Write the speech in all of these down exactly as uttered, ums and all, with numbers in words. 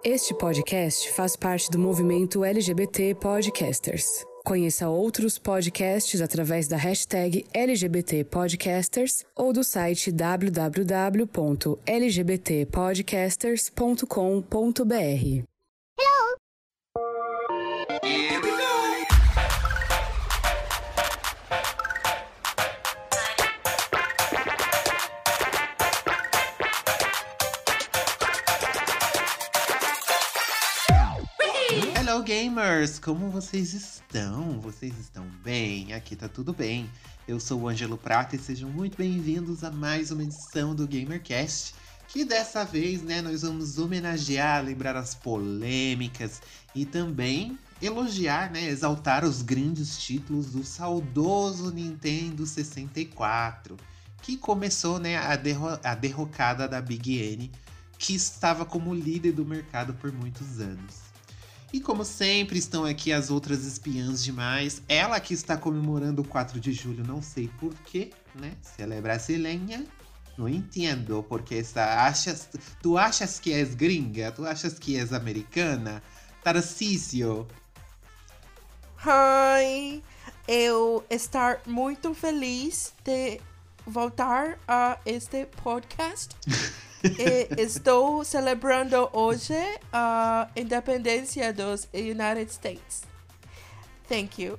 Este podcast faz parte do movimento L G B T Podcasters. Conheça outros podcasts através da hashtag L G B T Podcasters ou do site w w w ponto l g b t podcasters ponto com ponto b r. Hello! Here we go! Hello, gamers! Como vocês estão? Vocês estão bem? Aqui tá tudo bem. Eu sou o Ângelo Prata e sejam muito bem-vindos a mais uma edição do GamerCast, que dessa vez, né, nós vamos homenagear, lembrar as polêmicas e também elogiar, né, exaltar os grandes títulos do saudoso Nintendo sessenta e quatro, que começou, né, a, derro- a derrocada da Big N, que estava como líder do mercado por muitos anos. E como sempre, estão aqui as outras espiãs demais. Ela que está comemorando o quatro de julho, não sei porquê, né? Se ela é brasileira, não entendo. Porque essa, achas, tu achas que és gringa? Tu achas que és americana? Tarcísio. Hi! Eu estou muito feliz de voltar a este podcast. E estou celebrando hoje a independência dos United States. Thank you.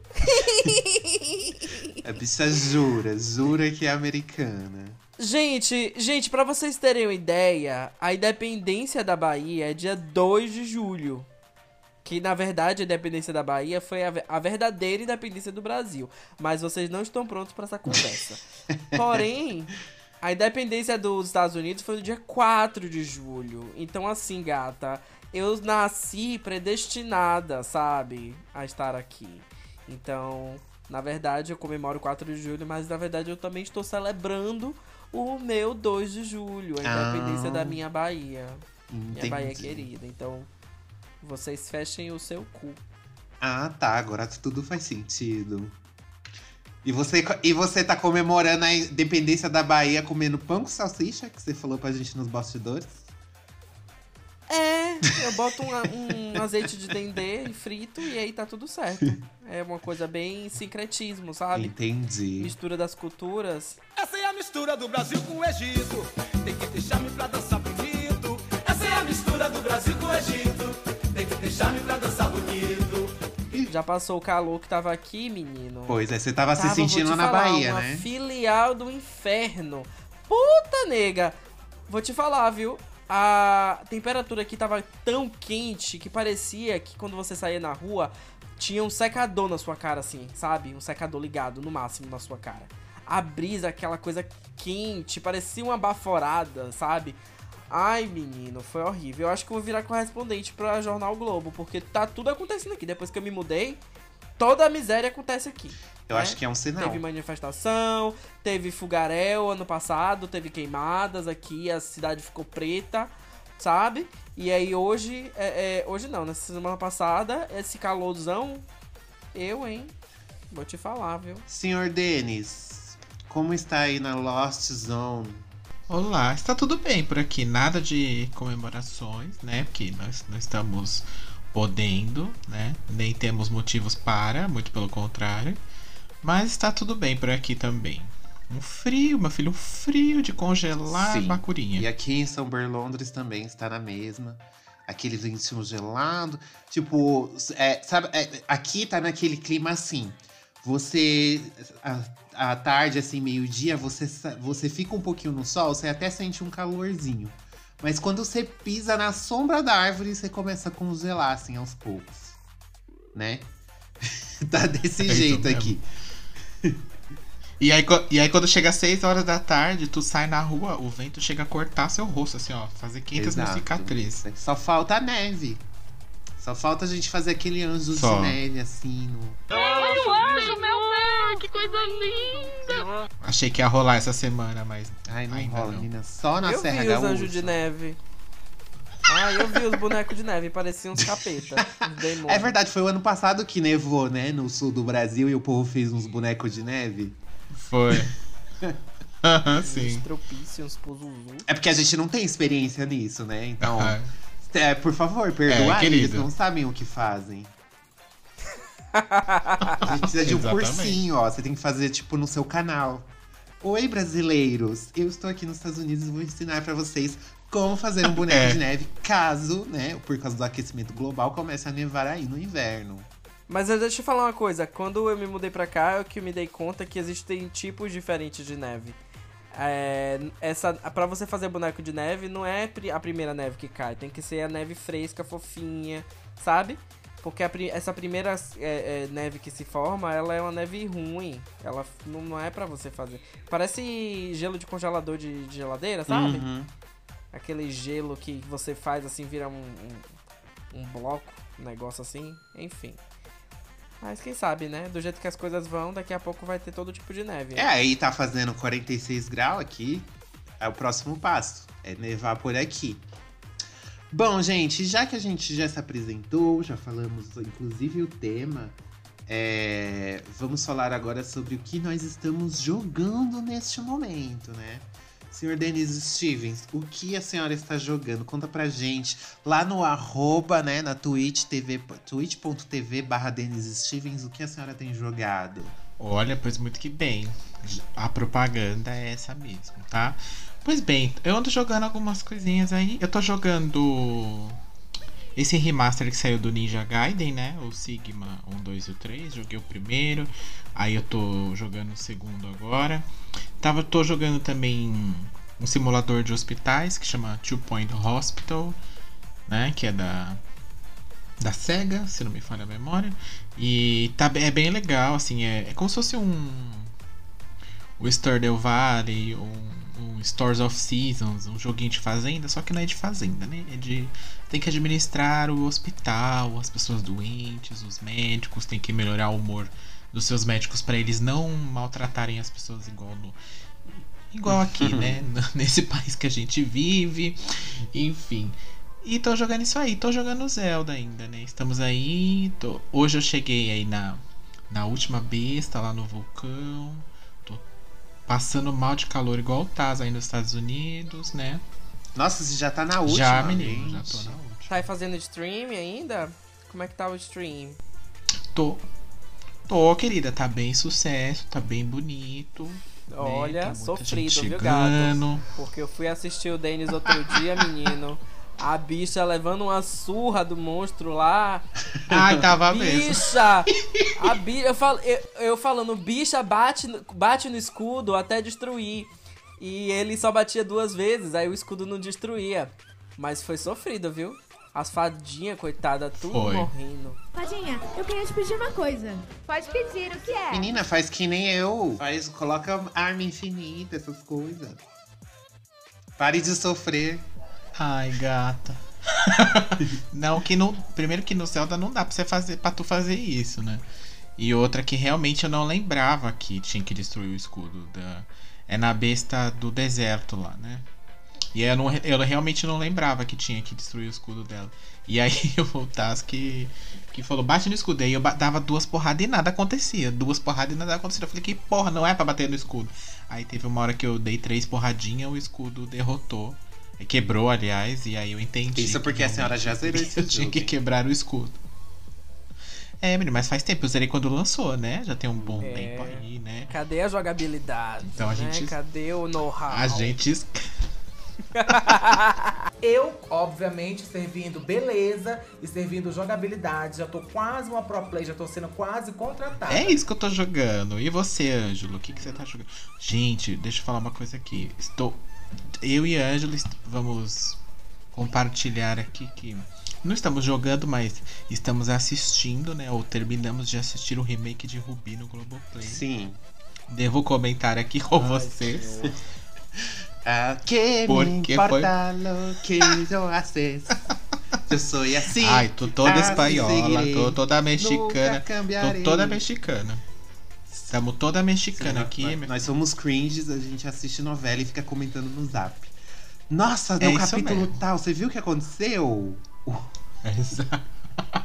A bicha jura, jura que é americana. Gente, gente, pra vocês terem uma ideia, a independência da Bahia é dia dois de julho. Que, na verdade, a independência da Bahia foi a, a verdadeira independência do Brasil. Mas vocês não estão prontos pra essa conversa. Porém... a independência dos Estados Unidos foi no dia quatro de julho. Então, assim, gata, eu nasci predestinada, sabe? A estar aqui. Então, na verdade, eu comemoro quatro de julho, mas na verdade eu também estou celebrando o meu dois de julho, a independência ah, da minha Bahia. Entendi. Minha Bahia querida. Então, vocês fechem o seu cu. Ah, tá. Agora tudo faz sentido. E você, e você tá comemorando a independência da Bahia comendo pão com salsicha, que você falou pra gente nos bastidores? É, eu boto um, um azeite de dendê e frito e aí tá tudo certo. É uma coisa bem sincretismo, sabe? Entendi. Mistura das culturas. Essa é a mistura do Brasil com o Egito. Tem que deixar-me pra dançar bonito. Essa é a mistura do Brasil com o Egito. Tem que deixar-me pra dançar bonito. Já passou o calor que tava aqui, menino. Pois é, você tava, tava se sentindo na falar, Bahia, uma né? Filial do inferno. Puta, nega. Vou te falar, viu? A temperatura aqui tava tão quente que parecia que quando você saía na rua, tinha um secador na sua cara, assim, sabe? Um secador ligado, no máximo, na sua cara. A brisa, aquela coisa quente, parecia uma baforada, sabe? Ai, menino, foi horrível. Eu acho que eu vou virar correspondente pra Jornal Globo, porque tá tudo acontecendo aqui. Depois que eu me mudei, toda a miséria acontece aqui. Eu né? acho que é um sinal. Teve manifestação, teve fogaréu ano passado, teve queimadas aqui, a cidade ficou preta, sabe? E aí hoje, é, é, hoje não, nessa semana passada, esse calorzão, eu, hein? Vou te falar, viu? Senhor Denis, como está aí na Lost Zone? Olá, está tudo bem por aqui, nada de comemorações, né, porque nós não estamos podendo, né, nem temos motivos para, muito pelo contrário, mas está tudo bem por aqui também. Um frio, meu filho, um frio de congelar Sim. bacurinha. E aqui em São Berlondres também está na mesma, aquele ventinho gelado, tipo, é, sabe, é, aqui tá naquele clima assim, você... A, à tarde, assim, meio-dia, você, você fica um pouquinho no sol, você até sente um calorzinho. Mas quando você pisa na sombra da árvore, você começa a congelar, assim, aos poucos. Né? Tá desse é jeito aqui. E aí, e aí, quando chega às seis horas da tarde, tu sai na rua, o vento chega a cortar seu rosto, assim, ó. Fazer quinhentas mil cicatrizes. Só falta a neve. Só falta a gente fazer aquele anjo Só. de neve, assim, no... Ai, o anjo, meu Deus, que coisa linda! Achei que ia rolar essa semana, mas... Ai, não rola, não. Menina. Só na eu Serra vi Gaúcha. os anjos de neve. Ah, eu vi os bonecos de neve, pareciam uns capeta. Uns é verdade, foi o ano passado que nevou, né? No sul do Brasil e o povo fez uns bonecos de neve. Foi. Aham, sim. Uns tropícios, uns puzuzu. É porque a gente não tem experiência nisso, né? Então... Uhum. É, por favor, perdoa É, eles, querido. não sabem o que fazem. A gente precisa de um Exatamente. cursinho, ó. Você tem que fazer, tipo, no seu canal. Oi, brasileiros! Eu estou aqui nos Estados Unidos e vou ensinar pra vocês como fazer um boneco É. de neve caso, né, por causa do aquecimento global, comece a nevar aí no inverno. Mas eu- deixa eu falar uma coisa. Quando eu me mudei pra cá, eu que me dei conta que existem tipos diferentes de neve. É, essa, pra você fazer boneco de neve, não é pri- a primeira neve que cai. Tem que ser a neve fresca, fofinha, sabe? Porque a pri- essa primeira é, é, neve que se forma, ela é uma neve ruim. Ela f- não, não é pra você fazer. Parece gelo de congelador de, de geladeira, sabe? Uhum. Aquele gelo que você faz assim, vira um, um, um bloco, um negócio assim. Enfim. Mas quem sabe, né? Do jeito que as coisas vão, daqui a pouco vai ter todo tipo de neve. É, aí tá fazendo quarenta e seis graus aqui. É o próximo passo. É nevar por aqui. Bom, gente, já que a gente já se apresentou, já falamos inclusive o tema, é, vamos falar agora sobre o que nós estamos jogando neste momento, né? senhor Denis Stevens, o que a senhora está jogando? Conta pra gente lá no arroba, né, na Twitch, TV, twitch ponto tv barra Denis Stevens, o que a senhora tem jogado? Olha, pois muito que bem. A propaganda é essa mesmo, tá? Pois bem, eu ando jogando algumas coisinhas aí. Eu tô jogando esse remaster que saiu do Ninja Gaiden, né? O Sigma um, dois e o três. Joguei o primeiro. Aí eu tô jogando o segundo agora. Tava, tô jogando também um simulador de hospitais que chama Two Point Hospital, né? Que é da, da SEGA, se não me falha a memória. E tá, é bem legal, assim. É, é como se fosse um... o Stardew Valley, um, um Stores of Seasons, um joguinho de fazenda, só que não é de fazenda, né? É de... tem que administrar o hospital, as pessoas doentes, os médicos, tem que melhorar o humor dos seus médicos para eles não maltratarem as pessoas igual no... igual aqui, né? Nesse país que a gente vive, enfim. E tô jogando isso aí, tô jogando Zelda ainda, né? Estamos aí, tô... hoje eu cheguei aí na, na última besta lá no vulcão. Passando mal de calor igual o Taz aí nos Estados Unidos, né? Nossa, você já tá na última, já, menino, já gente. tô na última. Tá aí fazendo stream ainda? Como é que tá o stream? Tô. Tô, querida, tá bem sucesso, tá bem bonito. Olha, né? Tem muita sofrido, gente viu, chegando. gato? Porque eu fui assistir o Denis outro dia, menino. A bicha levando uma surra do monstro lá. Ai, tava mesmo. Bicha! A bicha, eu, falo, eu, eu falando, bicha bate, no- bate no escudo até destruir. E ele só batia duas vezes, aí o escudo não destruía. Mas foi sofrido, viu? As fadinhas, coitada, tudo Foi. morrendo. Fadinha, eu queria te pedir uma coisa. Pode pedir, o que é? Menina, faz que nem eu. Faz, coloca arma infinita, essas coisas. Pare de sofrer. Ai, gata. Não, que no. Primeiro que no Zelda não dá pra você fazer para tu fazer isso, né? E outra que realmente eu não lembrava que tinha que destruir o escudo da. É na besta do deserto lá, né? E eu, não, eu realmente não lembrava que tinha que destruir o escudo dela. E aí o Taz que, que falou, bate no escudo. Aí eu ba- dava duas porradas e nada acontecia. Duas porradas e nada acontecia. Eu falei, que porra, não é pra bater no escudo. Aí teve uma hora que eu dei três porradinhas, o escudo derrotou. Quebrou, aliás, e aí eu entendi. Isso porque a senhora já zerou esse Eu tinha jogo, que hein? quebrar o escudo. É, menino, mas faz tempo. Eu zerei quando lançou, né? Já tem um bom É. tempo aí, né? Cadê a jogabilidade? Então a né? gente- Cadê o know-how? A gente... es- Eu, obviamente, servindo beleza e servindo jogabilidade. Já tô quase uma pro play, já tô sendo quase contratada. É isso que eu tô jogando. E você, Ângelo? O que, que você tá jogando? Gente, deixa eu falar uma coisa aqui. Estou... Eu e Ângelo est- vamos compartilhar aqui que... Não estamos jogando, mas estamos assistindo, né? Ou terminamos de assistir o remake de Ruby no Globoplay. Sim. Devo comentar aqui com vocês. Ah, que Porque me importa lo que eu haces. Eu sou assim. Ai, tô toda assim espanhola, seguirei. tô toda mexicana. Nunca cambiarei. Tô toda mexicana. Estamos toda mexicana aqui. Nós, nós somos cringes, a gente assiste novela e fica comentando no zap. Nossa, É no isso capítulo mesmo. tal, você viu o que aconteceu? Exato.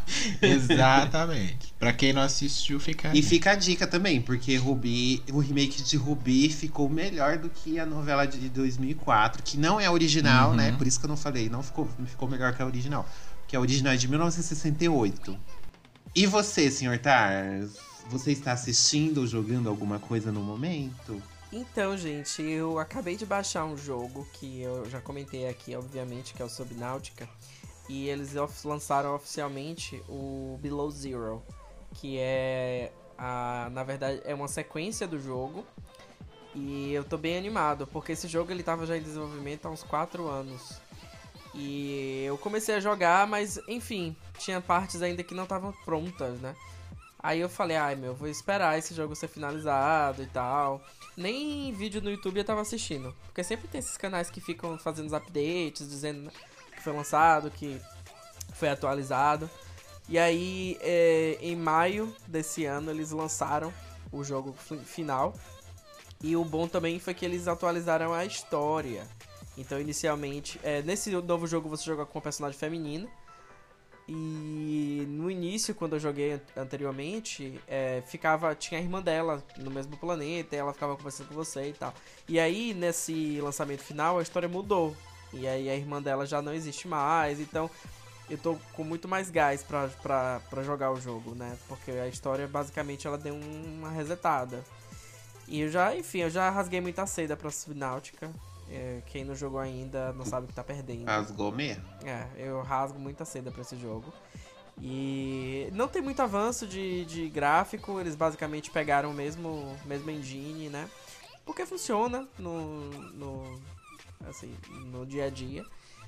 Exatamente. Pra quem não assistiu, fica. E fica a dica também, porque Ruby, o remake de Ruby ficou melhor do que a novela de dois mil e quatro, que não é a original, Uhum. né? Por isso que eu não falei, não ficou, não ficou melhor que a original. Que a original é de mil novecentos e sessenta e oito. E você, senhor Tars? Você está assistindo ou jogando alguma coisa no momento? Então, gente, eu acabei de baixar um jogo que eu já comentei aqui, obviamente, que é o Subnautica. E eles of- lançaram oficialmente o Below Zero, que é, a, na verdade, é uma sequência do jogo. E eu tô bem animado, porque esse jogo ele tava já em desenvolvimento há uns quatro anos. E eu comecei a jogar, mas, enfim, tinha partes ainda que não estavam prontas, né? Aí eu falei, ai meu, vou esperar esse jogo ser finalizado e tal. Nem vídeo no YouTube eu tava assistindo. Porque sempre tem esses canais que ficam fazendo os updates, dizendo que foi lançado, que foi atualizado. E aí, é, em maio desse ano, eles lançaram o jogo final. E o bom também foi que eles atualizaram a história. Então, inicialmente, é, nesse novo jogo você joga com uma personagem feminina. E no início, quando eu joguei anteriormente, é, ficava, tinha a irmã dela no mesmo planeta, e ela ficava conversando com você e tal. E aí, nesse lançamento final, a história mudou. E aí a irmã dela já não existe mais, então eu tô com muito mais gás pra, pra, pra jogar o jogo, né? Porque a história, basicamente, ela deu uma resetada. E eu já, enfim, eu já rasguei muita seda pra Subnautica. É, quem não jogou ainda não sabe que tá perdendo. Rasgou mesmo? É, eu rasgo muita seda pra esse jogo. E não tem muito avanço de, de gráfico, eles basicamente pegaram o mesmo, mesmo engine, né? Porque funciona no, no, assim, no dia a dia.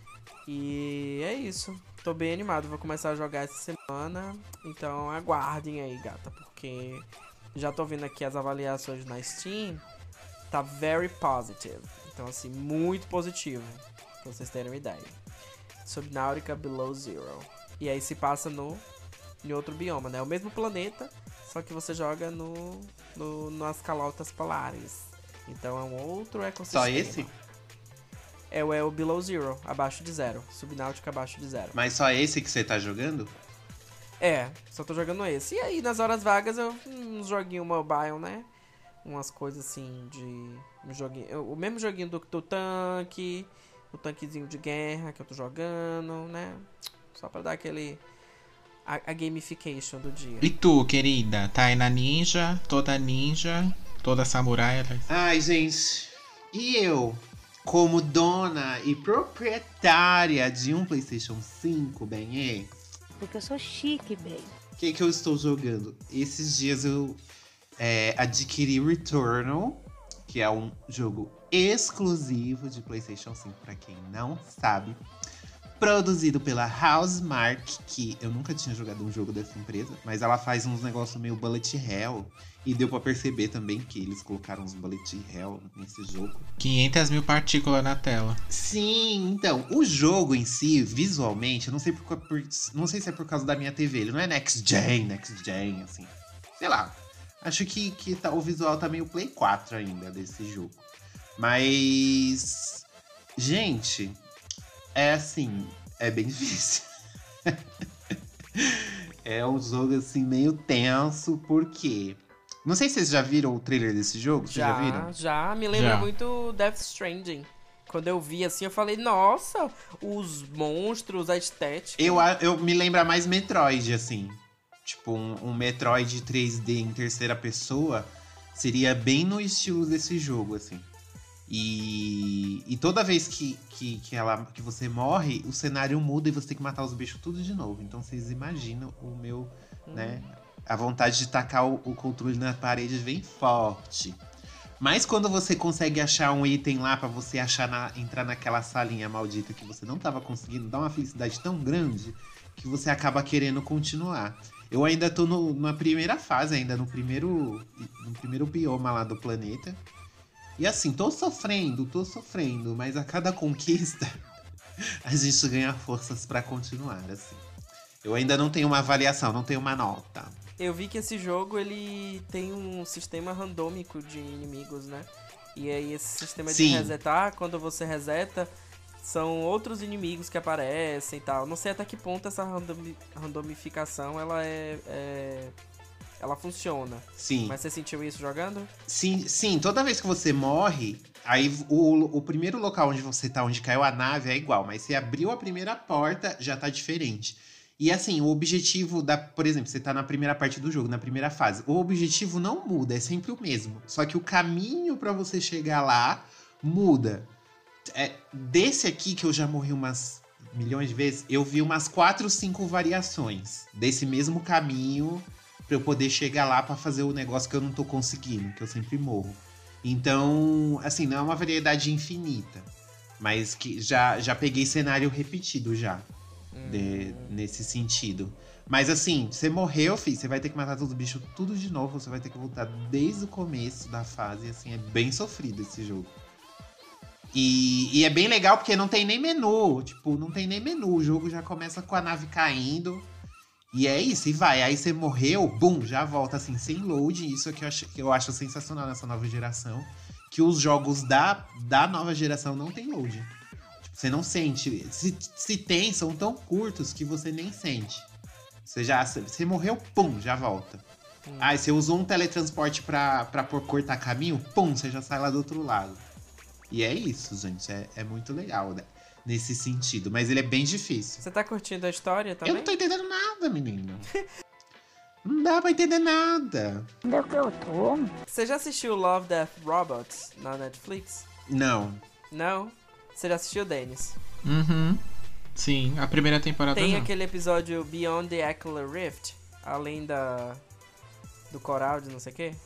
E é isso. Tô bem animado, vou começar a jogar essa semana. Então aguardem aí, gata, porque já tô vendo aqui as avaliações na Steam. Tá very positive. Então, assim, muito positivo, pra vocês terem uma ideia. Subnautica Below Zero. E aí se passa no em outro bioma, né? O mesmo planeta, só que você joga no, no nas calotas polares. Então é um outro ecossistema. Só esse? É, o- é o Below Zero, abaixo de zero. Subnautica abaixo de zero. Mas só esse que você tá jogando? É, só tô jogando esse. E aí, nas horas vagas, eu uns joguinhos mobile, né? Umas coisas assim de... Um joguinho, o mesmo joguinho do, do tanque, o tanquezinho de guerra que eu tô jogando, né? Só pra dar aquele... A, a gamification do dia. E tu, querida? Tá aí na ninja, toda ninja, toda samurai. Ela... Ai, gente. E eu, como dona e proprietária de um PlayStation cinco, bem é? Porque eu sou chique, bem. O que, que eu estou jogando? Esses dias eu é, adquiri Returnal, que é um jogo exclusivo de PlayStation cinco, pra quem não sabe. Produzido pela Housemarque, que eu nunca tinha jogado um jogo dessa empresa, mas ela faz uns negócios meio bullet hell. E deu pra perceber também que eles colocaram uns bullet hell nesse jogo. quinhentas mil partículas na tela. Sim, então, o jogo em si, visualmente, eu não sei, por, por- não sei se é por causa da minha T V, ele não é next gen, next gen, assim. Sei lá, acho que, que tá, o visual tá meio Play quatro ainda desse jogo. Mas, gente, é assim, é bem difícil. É um jogo, assim, meio tenso, porque... Não sei se vocês já viram o trailer desse jogo, vocês já, Já, viram? já. Me lembra Já. muito Death Stranding. Quando eu vi assim, eu falei, nossa, os monstros, a estética. Eu, a- eu me lembra mais Metroid, assim. Tipo, um, um Metroid três D em terceira pessoa seria bem no estilo desse jogo, assim. E, e toda vez que, que, que, ela, que você morre, o cenário muda e você tem que matar os bichos tudo de novo. Então vocês imaginam o meu, né? A vontade de tacar o, o controle na parede vem forte. Mas quando você consegue achar um item lá pra você achar na- entrar naquela salinha maldita que você não tava conseguindo, dá uma felicidade tão grande que você acaba querendo continuar. Eu ainda tô no- na primeira fase, ainda no primeiro, no primeiro bioma lá do planeta. E assim, tô sofrendo, tô sofrendo, mas a cada conquista a gente ganha forças pra continuar, assim. Eu ainda não tenho uma avaliação, não tenho uma nota. Eu vi que esse jogo, ele tem um sistema randômico de inimigos, né? E aí esse sistema Sim. de resetar, quando você reseta, são outros inimigos que aparecem e tal. Não sei até que ponto essa randomi- randomificação ela é, é... ela funciona. Sim. Mas você sentiu isso jogando? Sim, sim, toda vez que você morre, aí o, o primeiro local onde você tá, onde caiu a nave, é igual. Mas você abriu a primeira porta, já tá diferente. E assim, o objetivo da... Por exemplo, você tá na primeira parte do jogo, na primeira fase. O objetivo não muda, é sempre o mesmo. Só que o caminho pra você chegar lá muda. É, desse aqui, que eu já morri umas milhões de vezes, eu vi umas quatro, cinco variações desse mesmo caminho pra eu poder chegar lá pra fazer o negócio que eu não tô conseguindo, que eu sempre morro. Então, assim, não é uma variedade infinita. Mas que já, já peguei cenário repetido já. De, nesse sentido. Mas assim, você morreu, filho, você vai ter que matar todos os bichos tudo de novo. Você vai ter que voltar desde o começo da fase. Assim, é bem sofrido esse jogo. E, e é bem legal porque não tem nem menu. Tipo, não tem nem menu. O jogo já começa com a nave caindo. E é isso, e vai. Aí você morreu, bum, já volta assim, sem load. Isso é que eu acho, que eu acho sensacional nessa nova geração. Que os jogos da, da nova geração não tem load. Você não sente. Se, se tem, são tão curtos que você nem sente. Você já você morreu, pum, já volta. Hum. Aí você usou um teletransporte pra, pra por cortar caminho, pum, você já sai lá do outro lado. E é isso, gente. É, é muito legal, né? Nesse sentido. Mas ele é bem difícil. Você tá curtindo a história também? Eu não tô entendendo nada, menino. Não dá pra entender nada. Onde é que eu tô? Você já assistiu Love, Death, Robots na Netflix? Não. Não? Você já assistiu, Dennis? Uhum. Sim, a primeira temporada Tem não. aquele episódio Beyond the Aquila Rift, além da do coral de não sei o quê,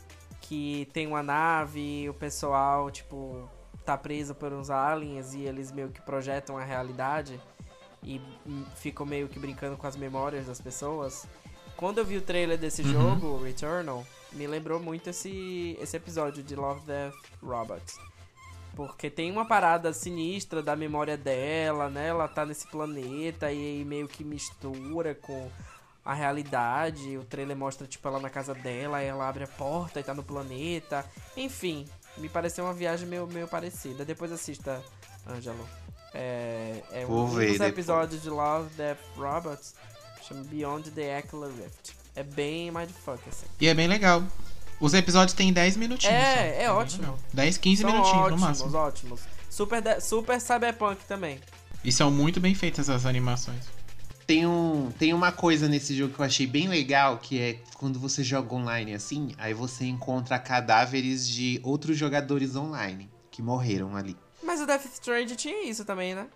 que tem uma nave, o pessoal, tipo, tá preso por uns aliens e eles meio que projetam a realidade e ficam meio que brincando com as memórias das pessoas. Quando eu vi o trailer desse Uhum. jogo, Returnal, me lembrou muito esse, esse episódio de Love, Death, Robots. Porque tem uma parada sinistra da memória dela, né? Ela tá nesse planeta e aí meio que mistura com a realidade. O trailer mostra, tipo, ela na casa dela, aí ela abre a porta e tá no planeta. Enfim, me pareceu uma viagem meio, meio parecida. Depois assista, Ângelo. É, é um, um dos episódios de Love, Death, Robots, chama Beyond the Aquila Rift. É bem mindfuck, assim. E é bem legal. Os episódios têm dez minutinhos. É, só. é, é ótimo. Legal. dez, quinze São minutinhos ótimos, no máximo. ótimos. Super, de- super cyberpunk também. E são muito bem feitas as animações. Tem, um, tem uma coisa nesse jogo que eu achei bem legal, que é quando você joga online assim, aí você encontra cadáveres de outros jogadores online que morreram ali. Mas o Death Stranding tinha isso também, né?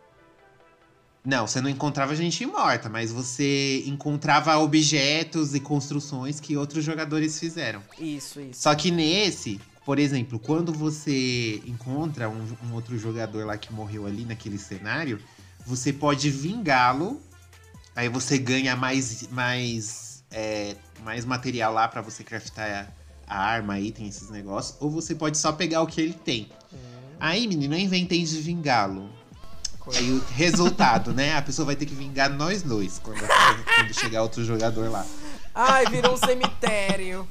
Não, você não encontrava gente morta, mas você encontrava objetos e construções que outros jogadores fizeram. Isso, isso. Só que nesse, por exemplo, quando você encontra um, um outro jogador lá que morreu ali naquele cenário, você pode vingá-lo. Aí você ganha mais, mais, é, mais material lá pra você craftar a, a arma, item, esses negócios. Ou você pode só pegar o que ele tem. Hum. Aí, menino, eu inventei de vingá-lo. Aí o resultado, né? A pessoa vai ter que vingar nós dois quando, quando chegar outro jogador lá. Ai, virou um cemitério.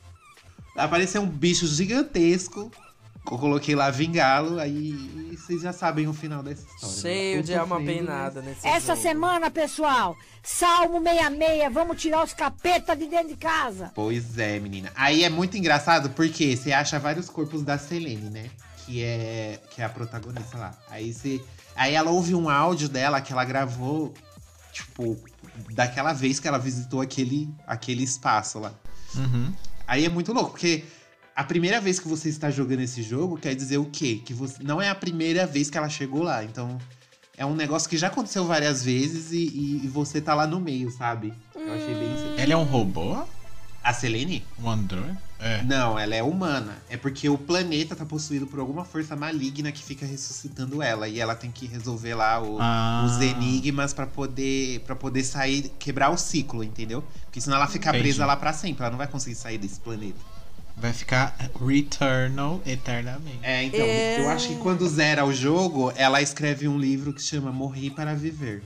Apareceu um bicho gigantesco. Eu coloquei lá vingá-lo, aí vocês já sabem o final dessa história. Cheio de alma penada nesse Essa jogo. semana, pessoal, Salmo sessenta e seis, vamos tirar os capetas de dentro de casa. Pois é, menina. Aí é muito engraçado porque você acha vários corpos da Selene, né? Que é, que é a protagonista lá. Aí você... Aí ela ouve um áudio dela que ela gravou, tipo, daquela vez que ela visitou aquele, aquele espaço lá. Uhum. Aí é muito louco, porque a primeira vez que você está jogando esse jogo quer dizer o quê? Que você, não é a primeira vez que ela chegou lá. Então, é um negócio que já aconteceu várias vezes e, e, e você tá lá no meio, sabe? Eu achei bem... Ela é um robô? A Selene? Um android? É. Não, ela é humana. É porque o planeta tá possuído por alguma força maligna que fica ressuscitando ela. E ela tem que resolver lá o, ah. os enigmas pra poder, pra poder sair, quebrar o ciclo, entendeu? Porque senão ela fica Entendi. presa lá pra sempre. Ela não vai conseguir sair desse planeta. Vai ficar Returnal eternamente. É, então, É. eu acho que quando zera o jogo, ela escreve um livro que chama Morri para Viver.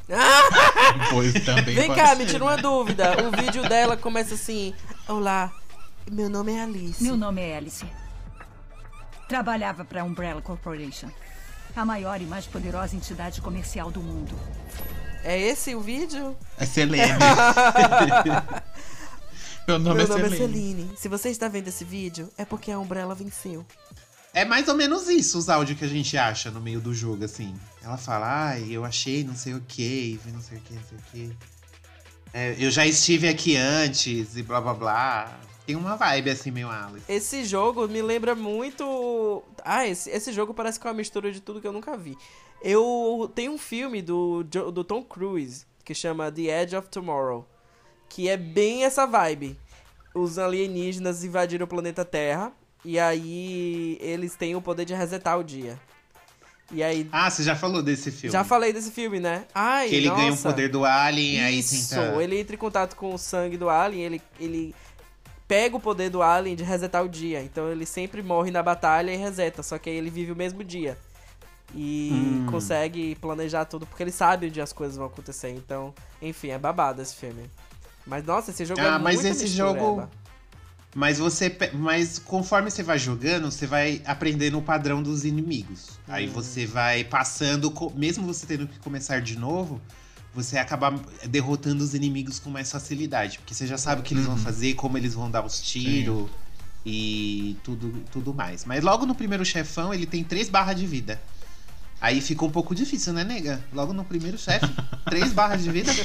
Pois também Vem pode cá, ser, me tira né? uma dúvida. O vídeo dela começa assim: olá, meu nome é Alice. Meu nome é Alice. Trabalhava para a Umbrella Corporation. a maior e mais poderosa entidade comercial do mundo. É esse o vídeo? É Selene. Meu nome, Meu é, nome Selene. é Celine. Se você está vendo esse vídeo, é porque a Umbrella venceu. É mais ou menos isso os áudios que a gente acha no meio do jogo, assim. Ela fala, ai, eu achei não sei o que, vi não sei o que, não sei o que. É, eu já estive aqui antes e blá blá blá. Tem uma vibe assim, meio Alice. Esse jogo me lembra muito... Ah, esse, esse jogo parece que é uma mistura de tudo que eu nunca vi. Eu tenho um filme do, do Tom Cruise que chama The Edge of Tomorrow, que é bem essa vibe. Os alienígenas invadiram o planeta Terra e aí eles têm o poder de resetar o dia. E aí... Ah, você já falou desse filme. Já falei desse filme, né? Ai, que ele nossa. ganha o poder do alien, Isso, aí tenta... ele entra em contato com o sangue do alien, ele, ele pega o poder do alien de resetar o dia. Então ele sempre morre na batalha e reseta, só que aí ele vive o mesmo dia. E Hum. consegue planejar tudo, porque ele sabe onde as coisas vão acontecer. Então, enfim, é babado esse filme. Mas, nossa, esse jogo Ah, é mas muito esse mistureba. jogo... Mas você, pe- mas conforme você vai jogando, você vai aprendendo o padrão dos inimigos. Hum. Aí você vai passando, co- mesmo você tendo que começar de novo, você acaba derrotando os inimigos com mais facilidade, porque você já sabe o que eles vão fazer, como eles vão dar os tiros e tudo, tudo mais. Mas logo no primeiro chefão, ele tem três barras de vida. Aí fica um pouco difícil, né, nega? Logo no primeiro chefe, três barras de vida.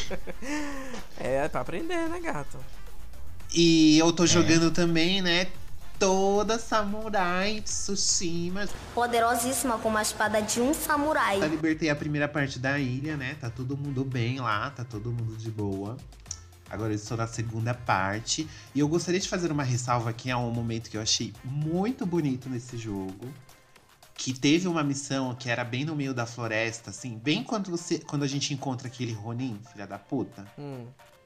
É, pra aprender, né, gato? E eu tô jogando também, né, toda Samurai Tsushima. Poderosíssima como a espada de um samurai. Já libertei a primeira parte da ilha, né? Tá todo mundo bem lá, tá todo mundo de boa. Agora eu estou na segunda parte. E eu gostaria de fazer uma ressalva aqui a um momento que eu achei muito bonito nesse jogo. Que teve uma missão que era bem no meio da floresta, assim. Bem quando, você, quando a gente encontra aquele Ronin, filha da puta. Hum.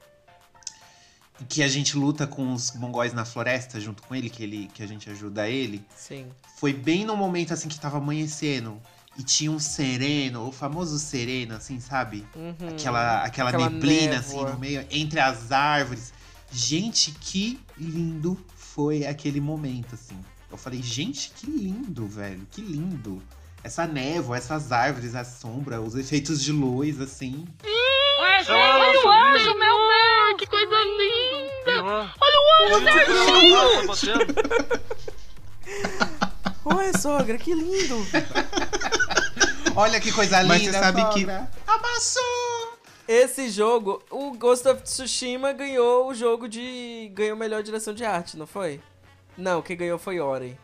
Que a gente luta com os mongóis na floresta junto com ele, que, ele, que a gente ajuda ele. Sim. Foi bem no momento, assim, que tava amanhecendo. E tinha um sereno, o famoso sereno, assim, sabe? Uhum. Aquela, aquela, Aquela neblina, névoa. assim, no meio, entre as árvores. Gente, que lindo foi aquele momento, assim. Eu falei, gente, que lindo, velho, que lindo. Essa névoa, essas árvores, a sombra, os efeitos de luz, assim. Olha, olha o anjo, meu Deus, que coisa linda. Olha o anjo, certinho. Oi, sogra, que lindo. Olha que coisa linda, Mas você sabe sogra. que... Amassou! Esse jogo, o Ghost of Tsushima ganhou o jogo de... Ganhou melhor direção de arte, não foi? Não, quem ganhou foi Ori.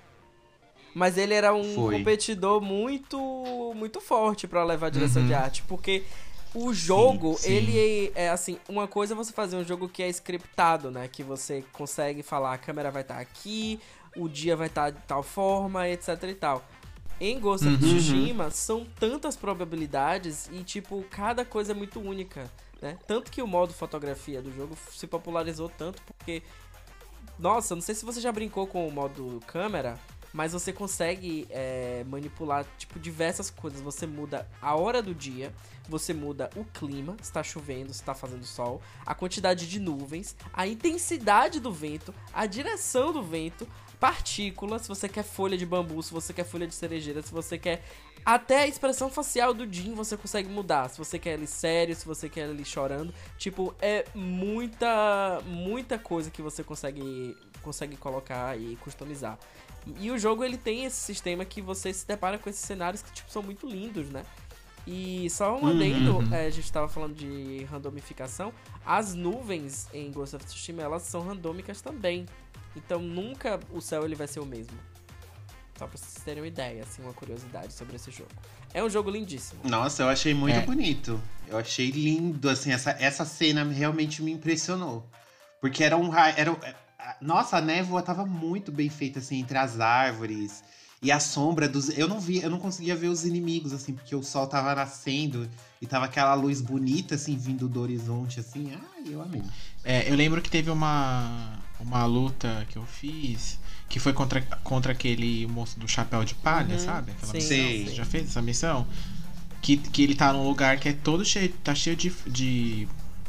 Mas ele era um Foi. competidor muito muito forte pra levar a direção Uhum. de arte, porque o jogo, Sim, sim. ele é assim, uma coisa é você fazer um jogo que é scriptado, né, que você consegue falar, a câmera vai estar aqui, o dia vai estar de tal forma, etc e tal. Em Ghost of Uhum. Tsushima são tantas probabilidades e tipo, cada coisa é muito única, né? Tanto que o modo fotografia do jogo se popularizou tanto porque nossa, não sei se você já brincou com o modo câmera, mas você consegue é, manipular, tipo, diversas coisas. Você muda a hora do dia, você muda o clima, se tá chovendo, se tá fazendo sol, a quantidade de nuvens, a intensidade do vento, a direção do vento, partículas, se você quer folha de bambu, se você quer folha de cerejeira, se você quer... Até a expressão facial do Jin você consegue mudar. Se você quer ele sério, se você quer ele chorando. Tipo, é muita, muita coisa que você consegue, consegue colocar e customizar. E o jogo, ele tem esse sistema que você se depara com esses cenários que, tipo, são muito lindos, né? E só um adendo, Uhum. é, a gente tava falando de randomificação. As nuvens em Ghost of Tsushima, elas são randômicas também. Então nunca o céu ele vai ser o mesmo. Só pra vocês terem uma ideia, assim, uma curiosidade sobre esse jogo. É um jogo lindíssimo. Nossa, eu achei muito É. bonito. Eu achei lindo, assim, essa, essa cena realmente me impressionou. Porque era um raio. Era, nossa, a névoa tava muito bem feita, assim, entre as árvores. E a sombra dos. Eu não vi, eu não conseguia ver os inimigos, assim, porque o sol tava nascendo e tava aquela luz bonita, assim, vindo do horizonte, assim. Ai, eu amei. É, eu lembro que teve uma, uma luta que eu fiz que foi contra, contra aquele moço do chapéu de palha, Uhum, sabe? Aquela sim, missão. sim. Você já fez essa missão? Que, que ele tá num lugar que é todo cheio, tá cheio de, de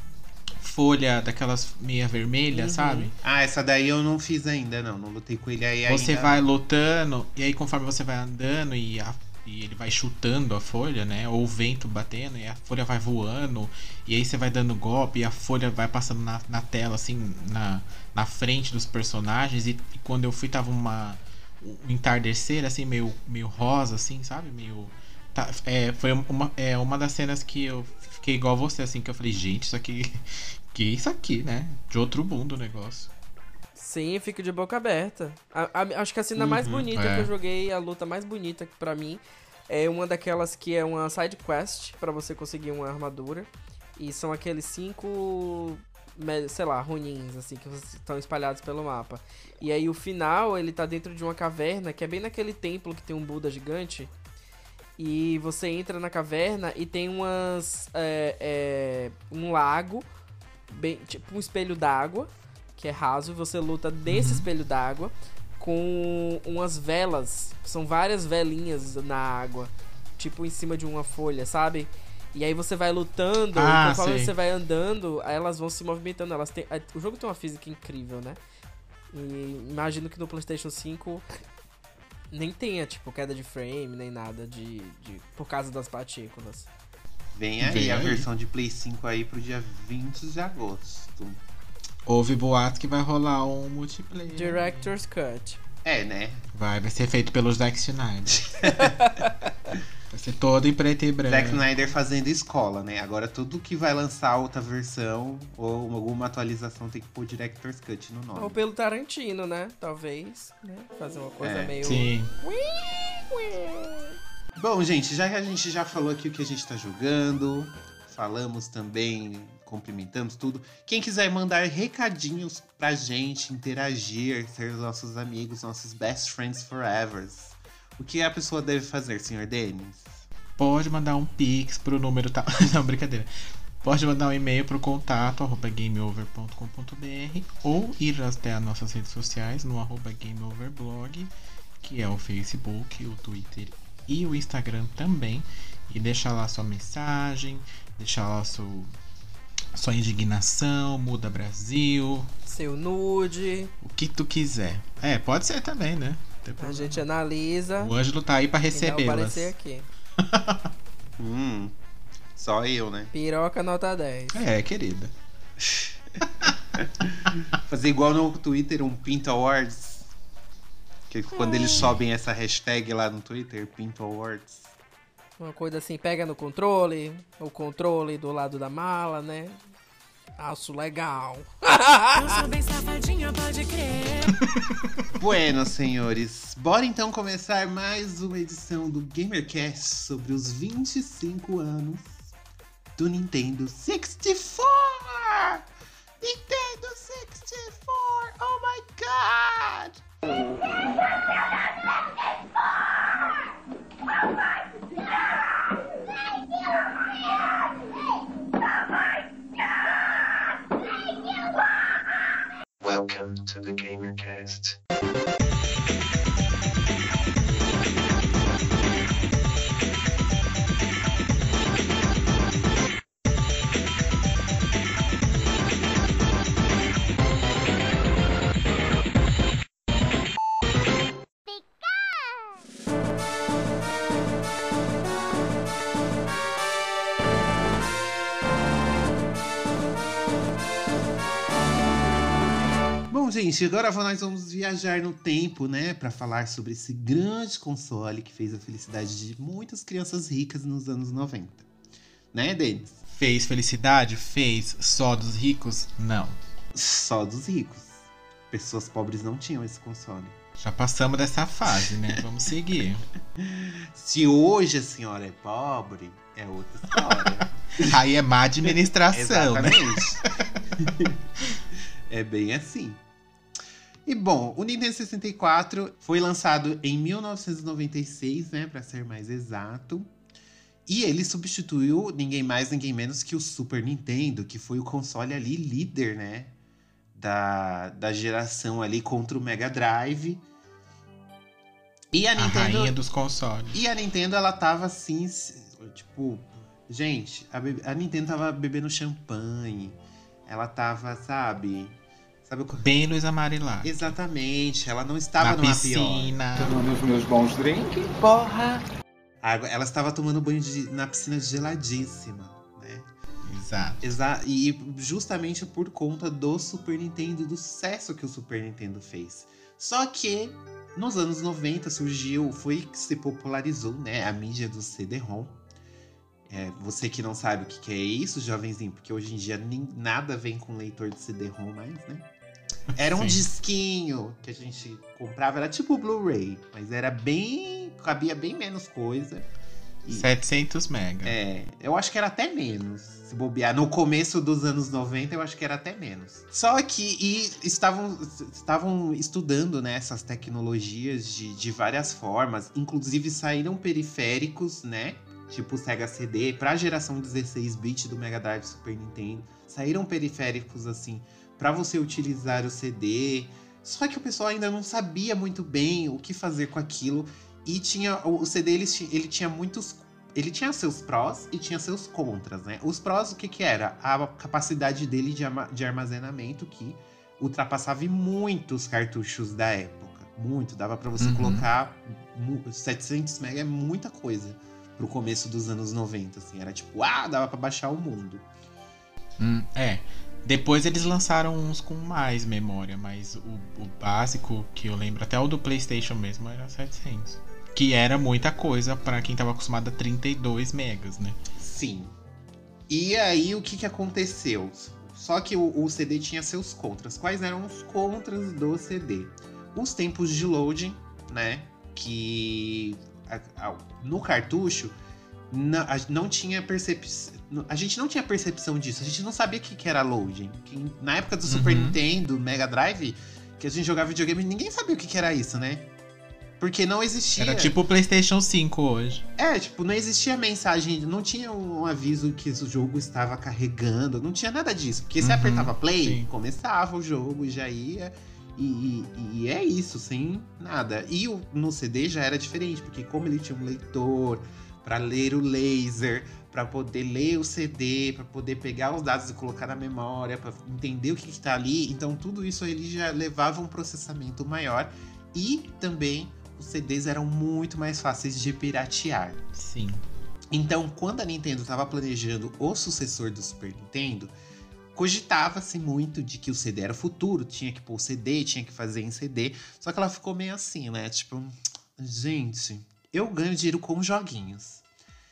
folha daquelas meia vermelha, Uhum. sabe? Ah, essa daí eu não fiz ainda, não. Não lutei com ele aí Você ainda. vai lutando, e aí conforme você vai andando e a, e ele vai chutando a folha, né? Ou o vento batendo e a folha vai voando. E aí você vai dando golpe e a folha vai passando na, na tela, assim, na, na frente dos personagens. E, e quando eu fui, tava uma, um entardecer, assim, meio, meio rosa, assim, sabe? Meio... Tá, é, foi uma, é, uma das cenas que eu fiquei igual você, assim, que eu falei, gente, isso aqui... Que isso aqui, né? De outro mundo o negócio. Sim, fico de boca aberta. A, a, acho que a cena Uhum, mais bonita é. que eu joguei, a luta mais bonita que pra mim, é uma daquelas que é uma side quest pra você conseguir uma armadura. E são aqueles cinco, sei lá, runins, assim, que estão espalhados pelo mapa. E aí o final, ele tá dentro de uma caverna, que é bem naquele templo que tem um Buda gigante. E você entra na caverna e tem umas... É, é, um lago, bem, tipo um espelho d'água, que é raso, e você luta desse Uhum. espelho d'água com umas velas, são várias velinhas na água, tipo em cima de uma folha, sabe? E aí você vai lutando, Ah, e conforme sei. você vai andando, aí elas vão se movimentando. Elas têm, o jogo tem uma física incrível, né? E imagino que no PlayStation cinco nem tenha, tipo, queda de frame, nem nada de, de por causa das partículas. Vem aí Vem a aí. versão de Play cinco aí pro dia vinte de agosto. Houve boato que vai rolar um multiplayer. Director's Cut. É, né? Vai, vai ser feito pelo Zack Snyder. Vai ser todo em preto e branco. Zack Snyder fazendo escola, né? Agora tudo que vai lançar outra versão ou alguma atualização tem que pôr Director's Cut no nome. Ou pelo Tarantino, né? Talvez, né? Fazer uma coisa É, meio... Sim. Bom, gente, já que a gente já falou aqui o que a gente tá jogando, falamos também, cumprimentamos tudo. Quem quiser mandar recadinhos pra gente, interagir, ser nossos amigos, nossos best friends forever, o que a pessoa deve fazer, senhor Denis? Pode mandar um pix pro número tal. Não, brincadeira. Pode mandar um e-mail pro contato arroba gameover ponto com ponto br ou ir até as nossas redes sociais no arroba gameoverblog, que é o Facebook, o Twitter e o Instagram também, e deixar lá sua mensagem, deixar lá seu, sua indignação, muda Brasil, Seu nude. o que tu quiser. É, pode ser também, né? Não tem A problema. gente analisa. O Ângelo tá aí pra e dá o recebê-las. parecer aqui. Hum, só eu, né? Piroca nota dez. É, querida. Fazer igual no Twitter, um Pinto Awards. Que quando eles sobem essa hashtag lá no Twitter, Pinto Awards. Uma coisa assim, pega no controle, o controle do lado da mala, né? Aço legal. Eu sou bem safadinha, pode crer. Bueno, senhores, bora então começar mais uma edição do GamerCast sobre os vinte e cinco anos do Nintendo sessenta e quatro! Nintendo sessenta e quatro! Oh my god! Welcome to the GamerCast. Bom, gente, agora nós vamos viajar no tempo, né? Pra falar sobre esse grande console que fez a felicidade de muitas crianças ricas nos anos noventa. Né, Denis? Fez felicidade? Fez. Só dos ricos? Não. Só dos ricos. Pessoas pobres não tinham esse console. Já passamos dessa fase, né? Vamos seguir. Se hoje a senhora é pobre, é outra história. Aí é má administração, né? Exatamente. É bem assim. E bom, o Nintendo sessenta e quatro foi lançado em mil novecentos e noventa e seis, né, para ser mais exato. E ele substituiu ninguém mais, ninguém menos que o Super Nintendo, que foi o console ali líder, né, da, da geração ali contra o Mega Drive. E a, A Nintendo, rainha dos consoles. E a Nintendo, ela tava assim, tipo, gente, a, be- a Nintendo tava bebendo champanhe. Ela tava, sabe... sabe o... Bem Luiz Amarilac. Exatamente, ela não estava Na numa piscina. pior. Tomando os meus bons drinks, porra. A água, ela estava tomando banho de, na piscina geladíssima, né? Exato. Exa e justamente por conta do Super Nintendo, do sucesso que o Super Nintendo fez. Só que nos anos noventa surgiu, foi que se popularizou, né, a mídia do C D-ROM. É, você que não sabe o que, que é isso, jovenzinho, porque hoje em dia nem, nada vem com leitor de C D-ROM mais, né? Era um Sim. disquinho que a gente comprava, era tipo Blu-ray, mas era bem, cabia bem menos coisa. E, setecentos mega. É, eu acho que era até menos, se bobear. No começo dos anos noventa, eu acho que era até menos. Só que e estavam, estavam estudando, né, essas tecnologias de, de várias formas. Inclusive saíram periféricos, né? Tipo o Sega C D, pra geração dezesseis bit do Mega Drive Super Nintendo. Saíram periféricos, assim, pra você utilizar o C D. Só que o pessoal ainda não sabia muito bem o que fazer com aquilo. E tinha o C D, ele, ele tinha muitos... Ele tinha seus prós e tinha seus contras, né? Os prós, o que que era? A capacidade dele de, de armazenamento, que ultrapassava muitos cartuchos da época. Muito, dava pra você Uhum. colocar... setecentos mega é muita coisa pro começo dos anos noventa, assim. Era tipo, ah, dava pra baixar o mundo. Hum, é. Depois eles lançaram uns com mais memória, mas o, o básico, que eu lembro, até o do PlayStation mesmo, era setecentos. Que era muita coisa pra quem tava acostumado a trinta e dois megas, né? Sim. E aí, o que que aconteceu? Só que o, o C D tinha seus contras. Quais eram os contras do C D? Os tempos de loading, né? Que a, a, no cartucho não, a, não tinha percepção. A gente não tinha percepção disso. A gente não sabia o que, que era loading. Que, na época do Super Uhum. Nintendo, Mega Drive, que a gente jogava videogame, ninguém sabia o que, que era isso, né? Porque não existia. Era tipo o PlayStation cinco hoje. É, tipo, não existia mensagem, não tinha um aviso que o jogo estava carregando, não tinha nada disso. Porque você Uhum, apertava play, sim. começava o jogo e já ia. E, e, e é isso, sem nada. E o, no C D já era diferente, porque como ele tinha um leitor para ler o laser, para poder ler o C D, para poder pegar os dados e colocar na memória, para entender o que está ali, então tudo isso ele já levava um processamento maior. E também os C Ds eram muito mais fáceis de piratear. Sim. Então, quando a Nintendo estava planejando o sucessor do Super Nintendo, cogitava-se muito de que o C D era o futuro, tinha que pôr o C D, tinha que fazer em C D. Só que ela ficou meio assim, né? Tipo, gente, eu ganho dinheiro com joguinhos.